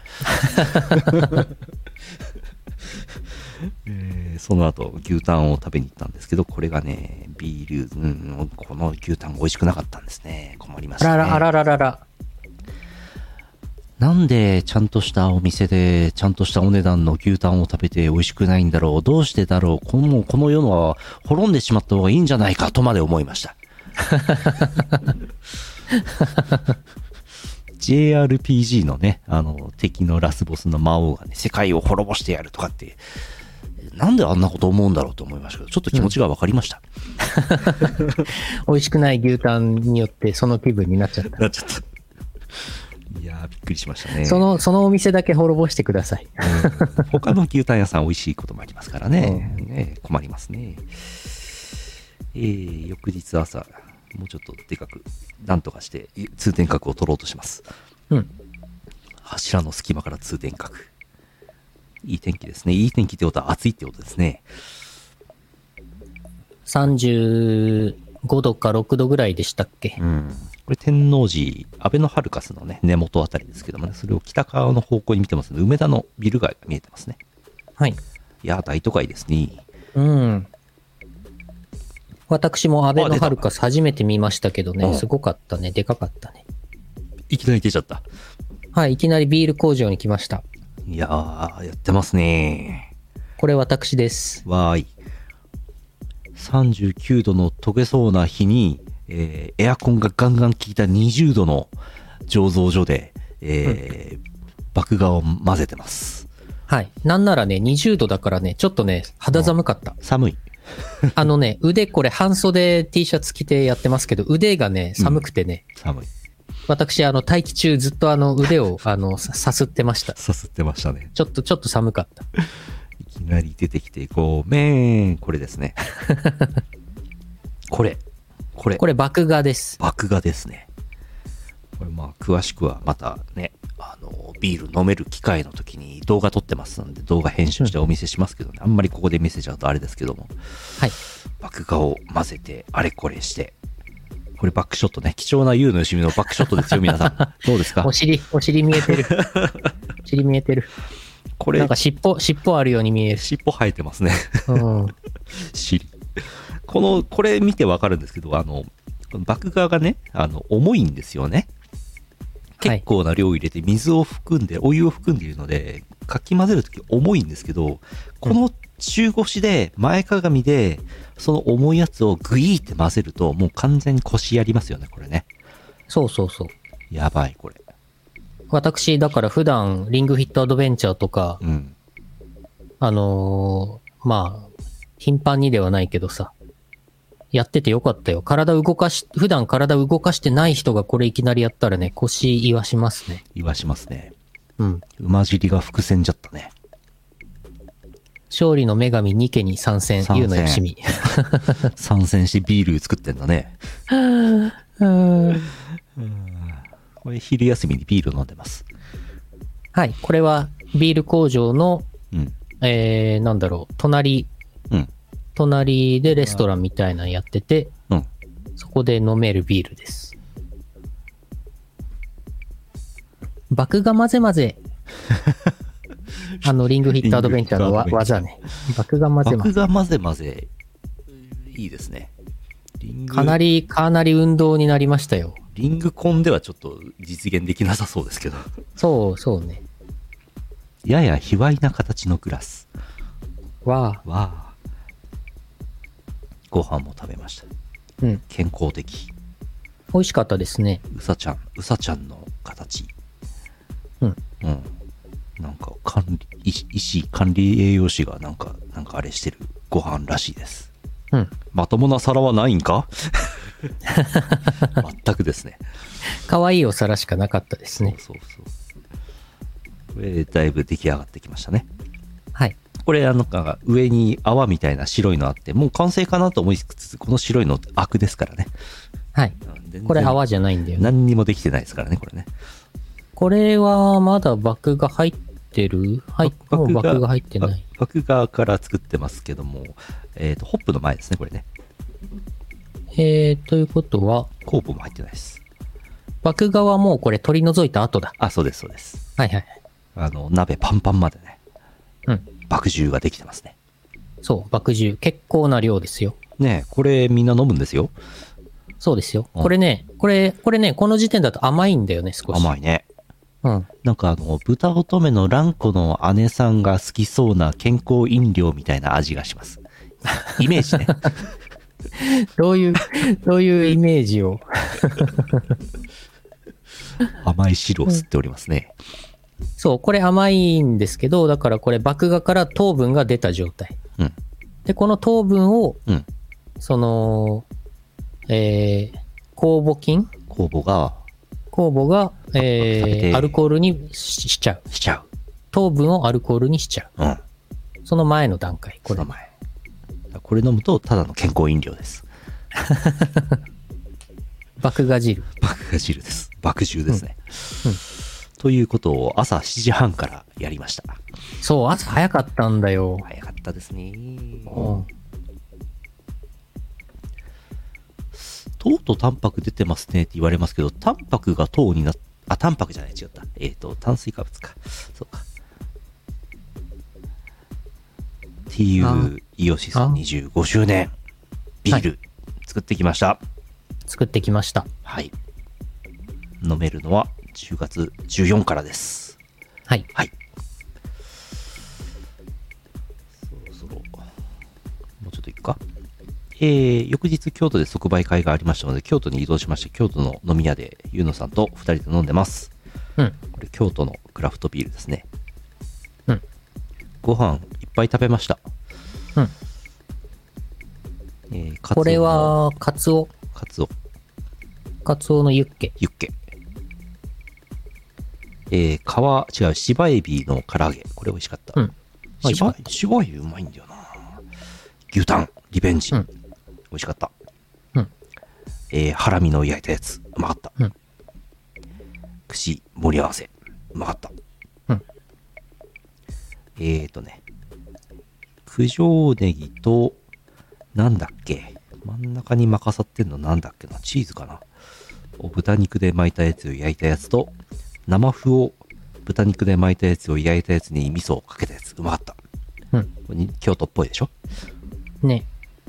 その後牛タンを食べに行ったんですけど、これがね、ビール、この牛タンが美味しくなかったんですね。困りましたね。 あらら。 なんでちゃんとしたお店でちゃんとしたお値段の牛タンを食べて美味しくないんだろう、どうしてだろう、この世のは滅んでしまった方がいいんじゃないかとまで思いました。JRPG のね、敵のラスボスの魔王がね、世界を滅ぼしてやるとかって、なんであんなこと思うんだろうと思いましたけど、ちょっと気持ちが分かりました。 美味しくない牛タンによってその気分になっちゃった。 いやー、びっくりしましたね。 そのお店だけ滅ぼしてください。 他の牛タン屋さん美味しいこともありますからね。困りますね。翌日朝、もうちょっとでかく、なんとかして通天閣を取ろうとします。 うん。 柱の隙間から通天閣。いい天気ですね。いい天気ってことは暑いってことですね。 35度か6度ぐらいでしたっけ？ うん。これ天王寺、アベノハルカスのね、根元あたりですけどもね、それを北側の方向に見てますので、梅田のビル街が見えてますね。 はい。 いやー、大都会ですね。 うん。私もアベノハルカス初めて見ましたけどね、すごかったね。でかかったね。 いきなり出ちゃった。 はい、いきなりビール工場に来ました。 いやー、やってますね。 これ私です。 わーい。39度の溶けそうな日に、エアコンがガンガン効いた20度の醸造所で、麦芽を混ぜてます。 はい。なんならね、20度だからね、ちょっとね、肌寒かった。 寒い。 腕これ半袖 T シャツ着てやってますけど、腕がね、寒くてね。 寒い。 私、待機中ずっと腕を、さすってました。 さすってましたね。 ちょっと寒かった。 いきなり出てきて、ごめん。これですね。これ、 麦芽です。 麦芽ですね。これまあ、詳しくはまたね、ビール飲める機会の時に動画撮ってますんで、動画編集してお見せしますけどね、あんまりここで見せちゃうとあれですけども。 はい。 麦芽を混ぜて、あれこれして、これバックショットね、貴重な優のよしみのバックショットですよ、皆さん。どうですか？ お尻見えてる。お尻見えてる。これ、なんか尻尾あるように見える。 尻尾生えてますね。 うん。 尻。これ見てわかるんですけど、麦芽がね、重いんですよね。結構な量入れて水を含んで、お湯を含んでいるので、かき混ぜるとき重いんですけど、この中腰で、前かがみで、その重いやつをグイーって混ぜると、もう完全に腰やりますよね、これね。 そう。 やばい、これ。 私、だから普段、リングフィットアドベンチャーとか、 うん、 まあ、頻繁にではないけどさ、やっててよかったよ。普段体動かしてない人がこれいきなりやったらね、腰言わしますね。 言わしますね。 うん。 馬尻が伏線じゃったね。 勝利の女神ニケに参戦、優のよしみ。 参戦してビール作ってんだね。これ昼休みにビール飲んでます。 はい。これはビール工場の、隣うん。 隣でレストランみたいなのやってて、 うん。 そこで飲めるビールです。麦芽混ぜ混ぜ。リングフィットアドベンチャーの技ね。麦芽混ぜ混ぜ。 麦芽混ぜ混ぜ。いいですね。 かなり運動になりましたよ。 リングコンではちょっと実現できなさそうですけど。 そうね。 やや卑猥な形のグラス。 わあ。 わあ。ご飯も食べました。 うん。 健康的。 美味しかったですね。 うさちゃんの形。 うん。 うん。なんか医師管理栄養士がなんかあれしてるご飯らしいです。 うん。 まともな皿はないんか全くですね。 可愛いお皿しかなかったですね。 そう。これだいぶ出来上がってきましたね。 はい。 これなんか上に泡みたいな白いのあって、もう完成かなと思いつつ、この白いのアクですからね。 はい。これ泡じゃないんだよね。 何にもできてないですからね、これね。 これはまだ麦が入ってる？もう麦が入ってない。 麦芽から作ってますけども、ホップの前ですね、これね。 ということは、 酵母も入ってないです。 麦芽はもうこれ取り除いた後だ。 あ、そうです、そうです。 はいはい。 鍋パンパンまでね。 うん。 麦汁ができてますね。 そう、麦汁。結構な量ですよ。 ねえ、これみんな飲むんですよ。 そうですよ。これね、この時点だと甘いんだよね、少し。 甘いね。 うん。 なんか豚乙女の蘭子の姉さんが好きそうな健康飲料みたいな味がします。イメージね。 どういうイメージを。 甘い汁を吸っておりますね。 そう、これ甘いんですけど、だからこれ麦芽から糖分が出た状態。 うん。 で、この糖分を、 うん。 酵母菌酵母が、 アルコールにしちゃう。糖分をアルコールにしちゃう。 うん。 その前の段階。 その前。これ飲むとただの健康飲料です。 麦芽汁。 麦芽汁です。麦汁ですね。 うん。 ということを朝7時半からやりました。 そう、朝早かったんだよ。 早かったですね。糖とタンパク出てますねって言われますけど、タンパクが糖になっ、タンパクじゃない、違った。炭水化物か。そうか。っていうイオシス25周年ビール作ってきました。 作ってきました。 はい。飲めるのは10月14からです。 はい。 はい。そろそろ、もうちょっといくか。翌日京都で即売会がありましたので、京都に移動しまして、京都の飲み屋でゆうのさんと2人で飲んでます。 うん。 これ京都のクラフトビールですね。 うん。 ご飯いっぱい食べました。 うん。これはカツオのユッケ。 芝エビの唐揚げ。これ美味しかった。 うん。 芝エビうまいんだよな。牛タンリベンジ。美味しかった。 うん。 ハラミの焼いたやつ。うまかった。 うん。 串盛り合わせ。うまかった。 うん。 九条ネギと、なんだっけ。真ん中に巻かさってんのなんだっけな。チーズかな。豚肉で巻いたやつを焼いたやつと、生麩を豚肉で巻いたやつを焼いたやつに味噌をかけたやつ。うまかった。 うん。 京都っぽいでしょね。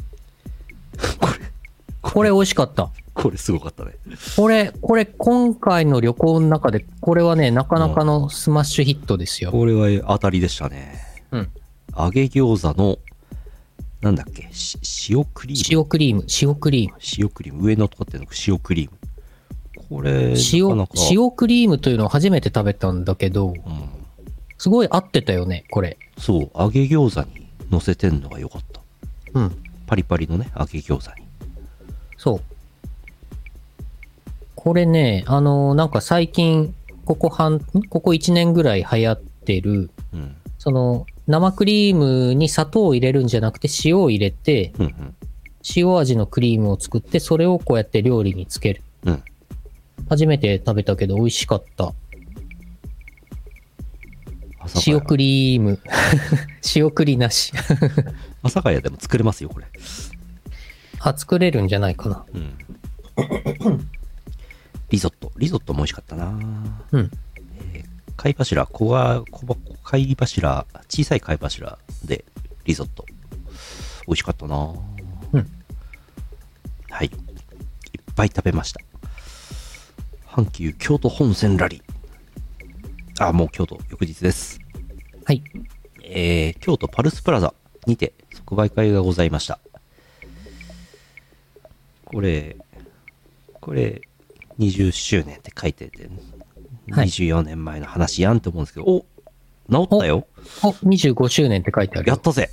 これ美味しかった。 これすごかったね。 これ今回の旅行の中で、これはね、なかなかのスマッシュヒットですよ。 これは当たりでしたね。 うん。 揚げ餃子の、なんだっけ、塩クリーム。 塩クリーム。 上のとこっての塩クリーム。これ、 塩クリームというのを初めて食べたんだけど、すごい合ってたよね、これ。 そう、揚げ餃子に乗せてんのが良かった。 うん。 パリパリのね、揚げ餃子に。 そう。これね、なんか最近、ここ1年ぐらい流行ってる、生クリームに砂糖を入れるんじゃなくて塩を入れて、塩味のクリームを作って、それをこうやって料理につける。初めて食べたけど美味しかった。 塩クリーム。塩クリなし。 阿佐ヶ谷でも作れますよ、これ。 あ、作れるんじゃないかな。 うん。リゾットも美味しかったな。 うん。 貝柱、貝柱、小さい貝柱でリゾット。美味しかったな。 うん。 はい。いっぱい食べました。阪急京都本線ラリー。あ、もう京都、翌日です。 はい。 京都パルスプラザにて即売会がございました。これ、20周年って書いてて、24年前の話やんって思うんですけど、お、治ったよ。 お、25周年って書いてある。 やったぜ。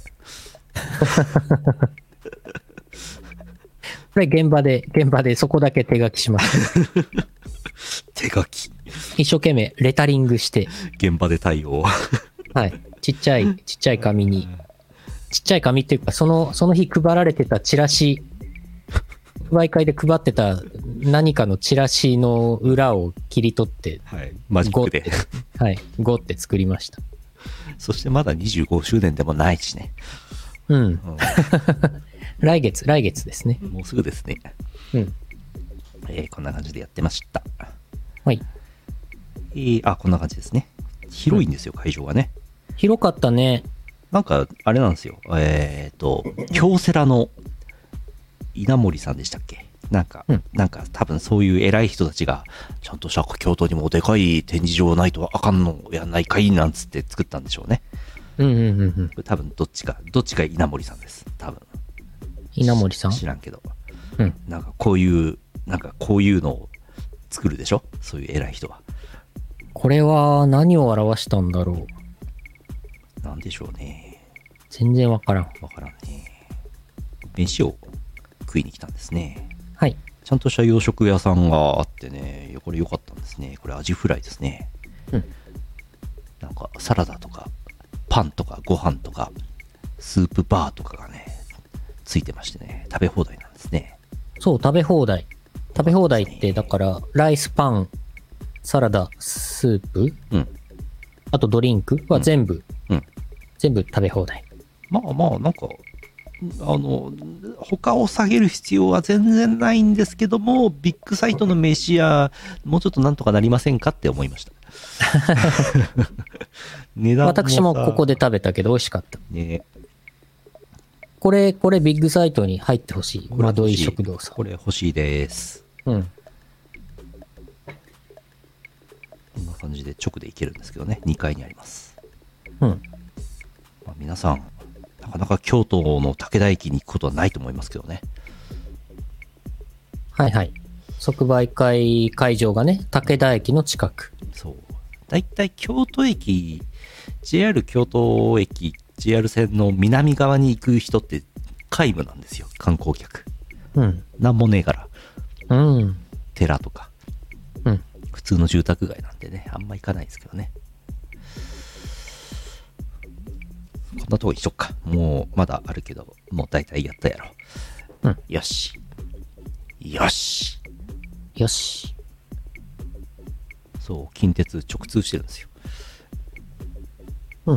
これ現場でそこだけ手書きしました。 手書き。 一生懸命レタリングして。 現場で対応。 はい。ちっちゃい紙に。ちっちゃい紙っていうか、その日配られてたチラシ、売会で配ってた何かのチラシの裏を切り取って、 はい。マジックで。 はい。5って作りました。 そしてまだ25周年でもないしね。 うん。来月ですね。 もうすぐですね。 うん。 こんな感じでやってました。 はい。 こんな感じですね。広いんですよ、会場がね。 広かったね。 なんか、あれなんですよ。京セラの稲森さんでしたっけ？なんか多分そういう偉い人たちが、ちゃんと京都にもでかい展示場ないとあかんのやないかいなんつって作ったんでしょうね。 うんうんうんうん。 多分どっちか稲森さんです。多分。 稲森さん？ 知らんけど。 うん。 なんかこういうのを作るでしょ？そういう偉い人は。 これは何を表したんだろう。 なんでしょうね。 全然わからん。 わからんね。飯を食いに来たんですね。 はい。 ちゃんとした洋食屋さんがあってね、これ良かったんですね。これアジフライですね。 うん。 なんかサラダとかパンとかご飯とかスープバーとかがねついてましてね、食べ放題なんですね。 そう、食べ放題ってだからライス、パン、サラダ、スープ、 うん、 あとドリンクは全部、 うん、 全部食べ放題。 まあなんか他を下げる必要は全然ないんですけども、ビッグサイトの飯屋もうちょっとなんとかなりませんかって思いました。値段も私もここで食べたけど美味しかった。 ね、 これビッグサイトに入ってほしい。窓井食堂さん。 これ欲しいです。 うん。 こんな感じで直で行けるんですけどね、2階にあります。 うん。 まあ、皆さんなかなか京都の武田駅に行くことはないと思いますけどね。 はいはい。即売会会場がね、武田駅の近く。 そう。だいたい京都駅、JR 京都駅、JR 線の南側に行く人って皆無なんですよ、観光客。 うん。 なんもねえから。 うん。 寺とか。 うん。 普通の住宅街なんでね、あんま行かないですけどね。こんなとこにしとくか。もうまだあるけど、もう大体やったやろ。 うん。 よし。よし。 よし。 そう、近鉄直通してるんですよ。 うん。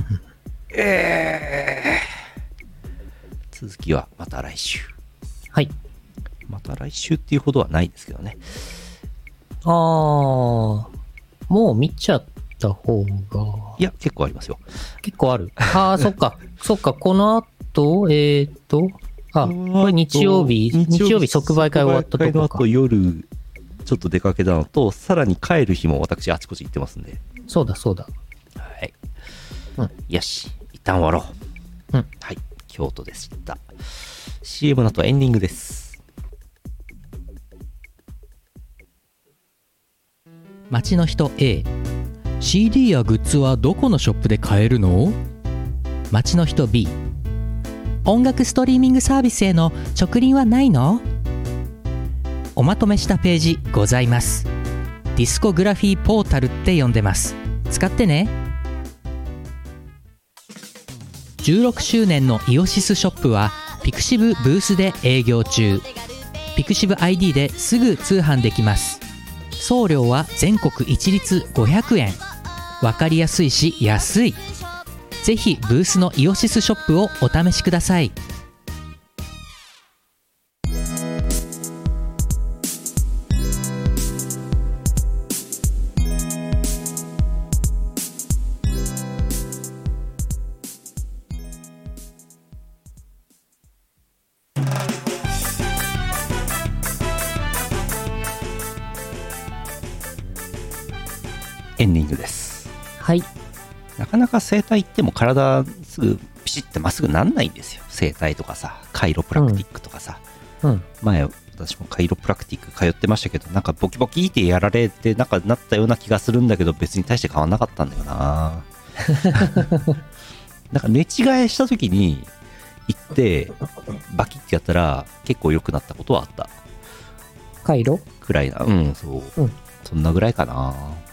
続きはまた来週。 はい。 また来週っていうほどはないですけどね。 もう見ちゃった方が。 いや、結構ありますよ。 結構ある。そっか。そっか、この後、これ日曜日即売会終わったとこか。 即売会の後夜、ちょっと出かけたのと、さらに帰る日も私あちこち行ってますんで。 そうだ。 はい。 うん。 よし、一旦終わろう。 うん。 はい、京都でした。CM の後エンディングです。 街の人 A、CD やグッズはどこのショップで買えるの？街の人 B、音楽ストリーミングサービスへの直輪はないの？おまとめしたページございます。ディスコグラフィーポータルって呼んでます。使ってね。16周年のイオシスショップはピクシブブースで営業中。ピクシブ ID ですぐ通販できます。送料は全国一律500円。 分かりやすいし安い。ぜひブースのイオシスショップをお試しください。 エンディングです。 はい。 なかなか整体行っても体すぐピシッてまっすぐなんないんですよ。整体とかさ、カイロプラクティックとかさ。前私もカイロプラクティック通ってましたけど、なんかボキボキってやられてなんかなったような気がするんだけど、別に大して変わんなかったんだよな。なんか寝違えした時に行ってバキッてやったら結構良くなったことはあった。 カイロくらいな。そう、 うん、 そんなぐらいかな。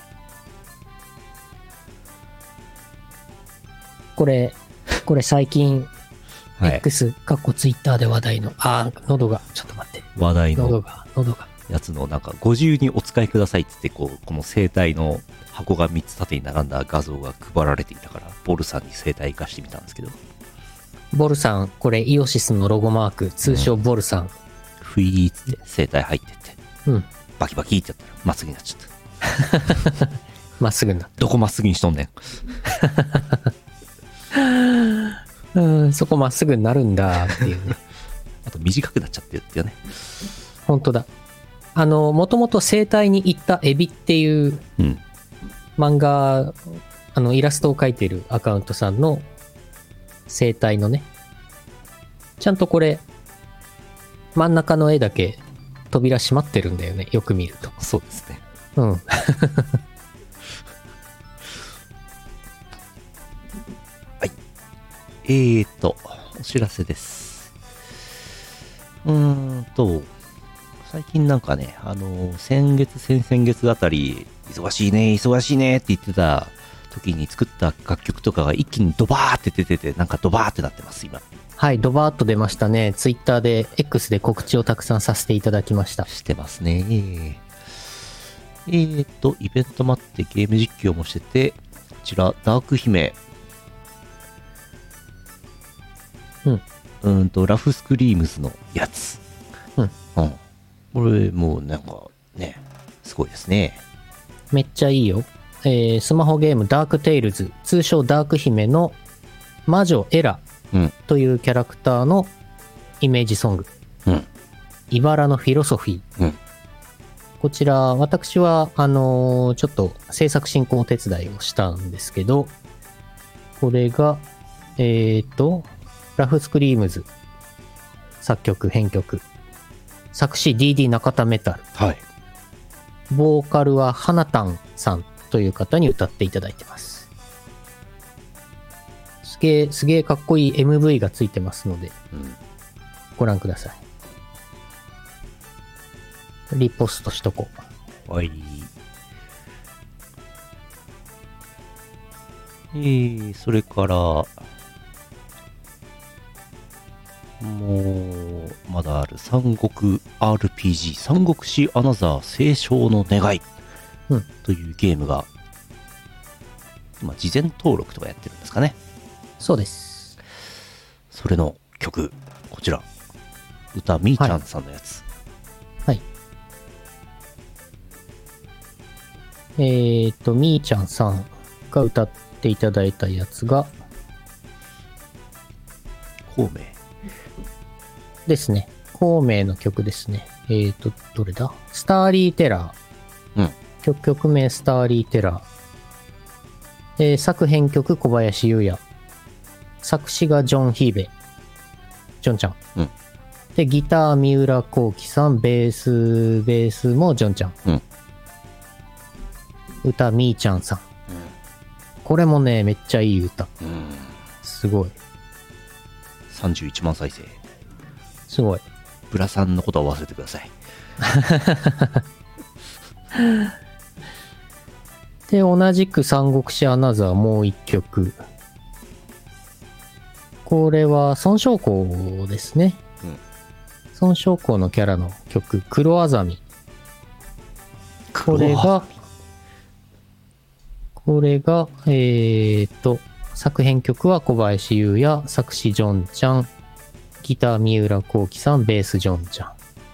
これ最近、 はい、 X、ツイッターで話題の、喉が、ちょっと待って。 話題の喉が。 やつのなんかご自由にお使いくださいって言ってこの整体の箱が3つ縦に並んだ画像が配られていたから、ボルさんに整体化してみたんですけど。 ボルさん、これイオシスのロゴマーク、通称ボルさん。 ふいーっつって整体入ってって、バキバキってやったらまっすぐになっちゃった。 まっすぐになった。 どこまっすぐにしとんねん。そこまっすぐになるんだっていうね。 あと短くなっちゃってるっていうね。 本当だ。もともと整体に行ったエビっていう漫画、イラストを描いてるアカウントさんの整体のね、ちゃんとこれ真ん中の絵だけ扉閉まってるんだよね、よく見ると。 そうですね。はい。お知らせです。最近なんかね、先々月あたり、忙しいねって言ってた時に作った楽曲とかが一気にドバーって出てて、なんかドバーってなってます、今。 はい、ドバーっと出ましたね。ツイッターで、X で告知をたくさんさせていただきました。 してますね。イベント待ってゲーム実況もしてて、こちら、ダーク姫。ラフスクリームズのやつ。これ、もうなんか、ね、すごいですね。 めっちゃいいよ。スマホゲームダークテイルズ、通称ダーク姫の魔女エラというキャラクターのイメージソング。茨のフィロソフィー。こちら、私は、ちょっと制作進行お手伝いをしたんですけど、これが、ラフスクリームズ、作曲、編曲。作詞 DD 中田メタル。 はい。 ボーカルは花たんさんという方に歌っていただいてます。すげえかっこいい MV がついてますので、ご覧ください。リポストしとこう。 はい。それから、もう、まだある三国 RPG、三国志アナザー清少の願いというゲームが、今、事前登録とかやってるんですかね。 そうです。 それの曲、こちら。歌、みーちゃんさんのやつ。 はい。みーちゃんさんが歌っていただいたやつが、 孔明。 ですね。孔明の曲ですね。どれだ？スターリーテラー。曲名スターリーテラー。作編曲小林優也。作詞がジョン・ヒーベ。ジョンちゃん。で、ギター三浦幸喜さん。ベースもジョンちゃん。歌みーちゃんさん。これもね、めっちゃいい歌。すごい。 31万再生。 すごい。 ブラさんのことは忘れてください。 で、同じく三国志アナザーもう一曲。これは孫将校ですね。孫将校のキャラの曲、黒あざみ。ここれが、作編曲は小林優也、作詞ジョンちゃん、ギター三浦幸喜さん、ベースジョンちゃん。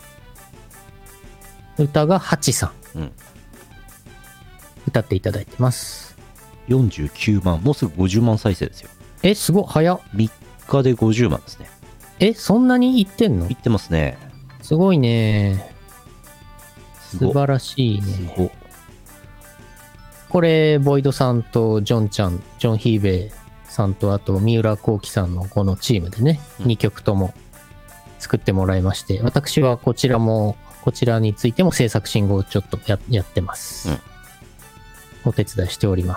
歌がハチさん。 うん。 歌っていただいてます。 49万、もうすぐ50万再生ですよ。 え、すごい、早っ。 3日で50万ですね。 え、そんなにいってんの？ いってますね。 すごいね。素晴らしいすね。 ご。 これ、ボイドさんとジョンちゃん、ジョン・ヒーベイさんと、あと、三浦幸喜さんのこのチームでね、 うん 2曲とも作ってもらいまして、私はこちらについても制作信号をちょっとやってます。 うんお手伝いしております。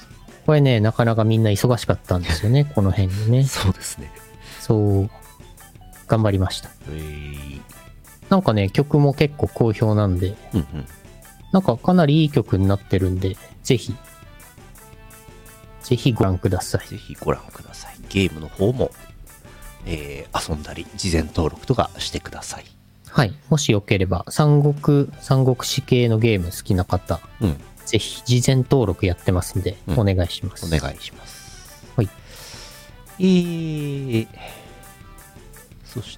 これね、なかなかみんな忙しかったんですよね、この辺にね。 そうですね。 そう、頑張りました。なんかね、曲も結構好評なんで、 うんうん。 なんかかなりいい曲になってるんで、ぜひご覧ください。 ぜひご覧ください。ゲームの方も、遊んだり、事前登録とかしてください。 はい。もしよければ、三国志系のゲーム好きな方、 うん。 ぜひ事前登録やってますんで、 うんお願いします。 お願いします。 はい。 そして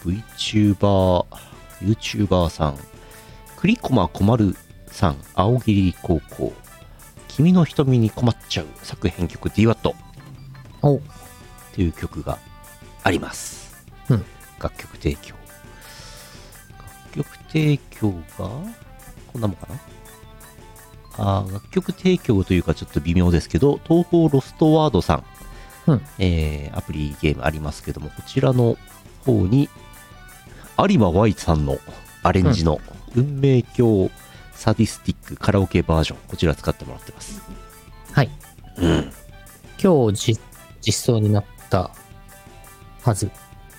YouTuber さん、栗駒こまるさん、青桐高校、君の瞳に困っちゃう作編曲 DWAT お、 っていう曲があります。 うん。 楽曲提供。楽曲提供が、こんなもんかな。楽曲提供というかちょっと微妙ですけど、東方ロストワードさん、 うん。 アプリゲームありますけども、こちらの方に、有馬 Y さんのアレンジの運命鏡サディスティックカラオケバージョン、こちら使ってもらってます。 はい。 うん。 今日実装になったはず。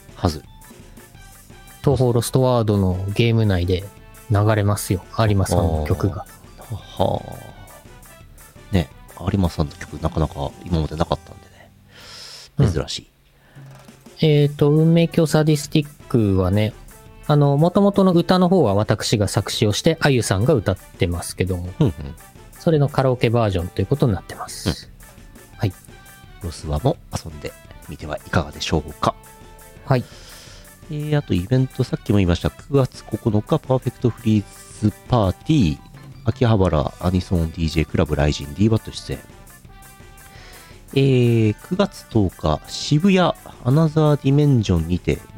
東方ロストワードのゲーム内で流れますよ。有馬さんの曲が。 はあ。ね、有馬さんの曲なかなか今までなかったんでね。珍しい。 運命鏡サディスティックはね、元々の歌の方は私が作詞をして、あゆさんが歌ってますけども、 うんうん。 それのカラオケバージョンということになってます。はい。 ロスワも遊んでみてはいかがでしょうか。 はい。 あとイベント、さっきも言いました、9月9日、パーフェクトフリーズパーティー、秋葉原アニソン DJ クラブライジン DWAT 出演。9月10日、渋谷アナザーディメンジョンにて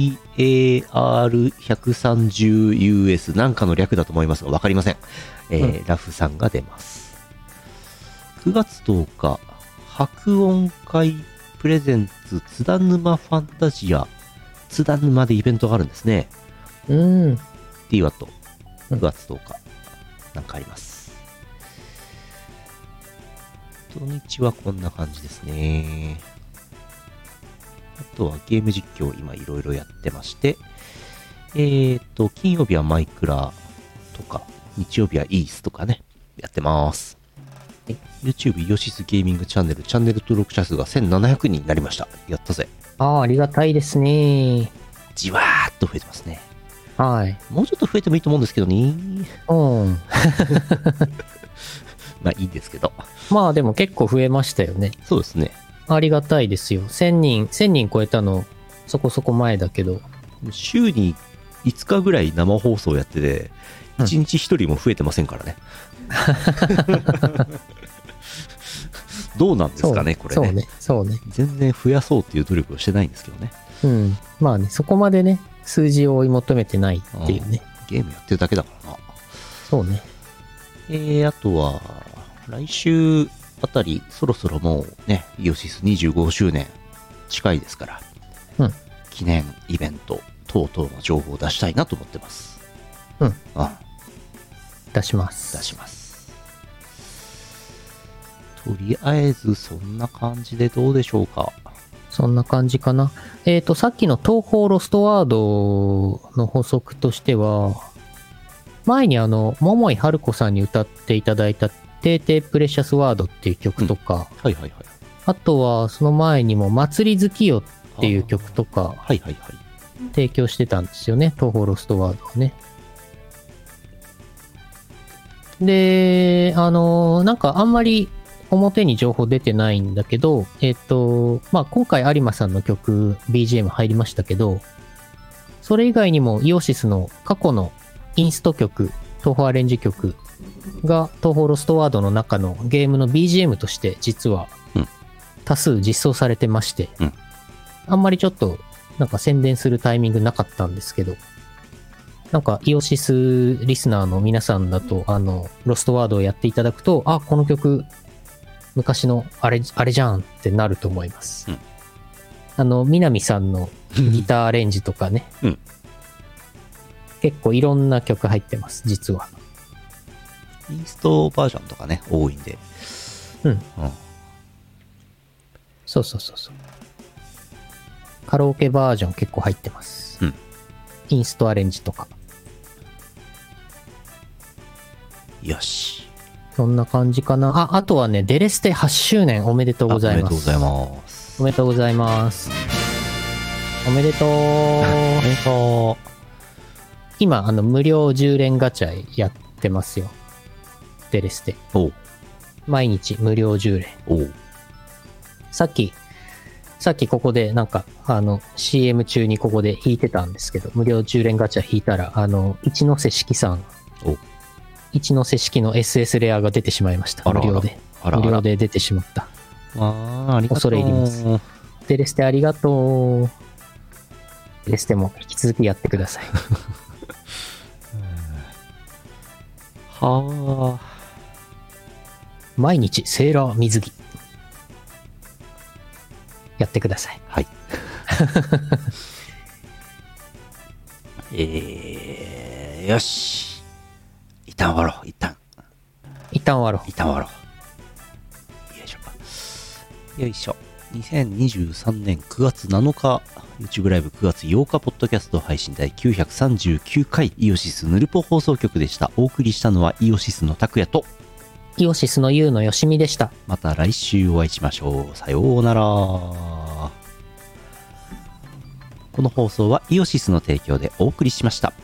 VAR130US なんかの略だと思いますが、わかりません。ラフさんが出ます。9月10日、白音会プレゼンツ津田沼ファンタジア。津田沼でイベントがあるんですね。DWAT。9月10日。なんかあります。土日はこんな感じですね。あとはゲーム実況今いろいろやってまして、金曜日はマイクラとか、日曜日はイースとかね、やってます。YouTube イオシスゲーミングチャンネル登録者数が1700人になりました。やったぜ。 ありがたいですね。 じわーっと増えてますね。 はい。 もうちょっと増えてもいいと思うんですけどね。 うん。 まあいいんですけど。 まあでも結構増えましたよね。 そうですね。 ありがたいですよ。1000人超えたのそこそこ前だけど。 週に5日ぐらい生放送やってて、1日1人も増えてませんからね。どうなんですかね、これね。 そうね。 全然増やそうっていう努力をしてないんですけどね。 うん。まあね、そこまでね、数字を追い求めてないっていうね。 ゲームやってるだけだからな。 そうね。 あとは、来週あたり、そろそろもうね、イオシス25周年近いですから、 うん。 記念イベント等々の情報を出したいなと思ってます。 うん。 出します。 とりあえずそんな感じでどうでしょうか。 そんな感じかな。さっきの東方ロストワードの補足としては、前に桃井春子さんに歌っていただいたテーテープレシャスワードっていう曲とか、 はいはいはい。 あとはその前にも祭り好きよっていう曲とか、 はいはいはい。 提供してたんですよね、東方ロストワードはね。 で、なんかあんまり表に情報出てないんだけど、まあ、今回有馬さんの曲 BGM 入りましたけど、それ以外にもイオシスの過去のインスト曲、東宝アレンジ曲が東宝ロストワードの中のゲームの BGM として実は多数実装されてまして、 うんあんまりちょっとなんか宣伝するタイミングなかったんですけど、なんかイオシスリスナーの皆さんだとロストワードをやっていただくと、あ、この曲昔のあれじゃんってなると思います。南さんのギターアレンジとかね、 うん結構いろんな曲入ってます実は。 インストバージョンとかね、多いんで。 うん。そうそうそうそう。カラオケバージョン結構入ってます。 うん。 インストアレンジとか。 よし。 そんな感じかな。あとはね、デレステ8周年おめでとうございます。 おめでとうございます。 おめでとうございます。おめでとう。 おめでとう。 今、無料10連ガチャやってますよ。デレステ。 おう。 毎日無料10連。 おう。 さっきここでなんか、CM 中にここで弾いてたんですけど、無料10連ガチャ引いたら、一ノ瀬式さん、 お一ノ瀬式の SS レアが出てしまいました。 あらあら無料で。 あらあら無料で出てしまった。 ありがとう。 恐れ入りますデレステありがとう。デレステも引き続きやってください。 はあ。 毎日セーラー水着。やってください。 はい。よし。一旦終わろう。一旦終わろう。 終わろう。よいしょ。よいしょ。2023年9月7日、YouTube ライブ9月8日、ポッドキャスト配信第939回、イオシスヌルポ放送局でした。お送りしたのはイオシスの拓也と、 イオシスのユウのよしみでした。 また来週お会いしましょう。さようなら。この放送はイオシスの提供でお送りしました。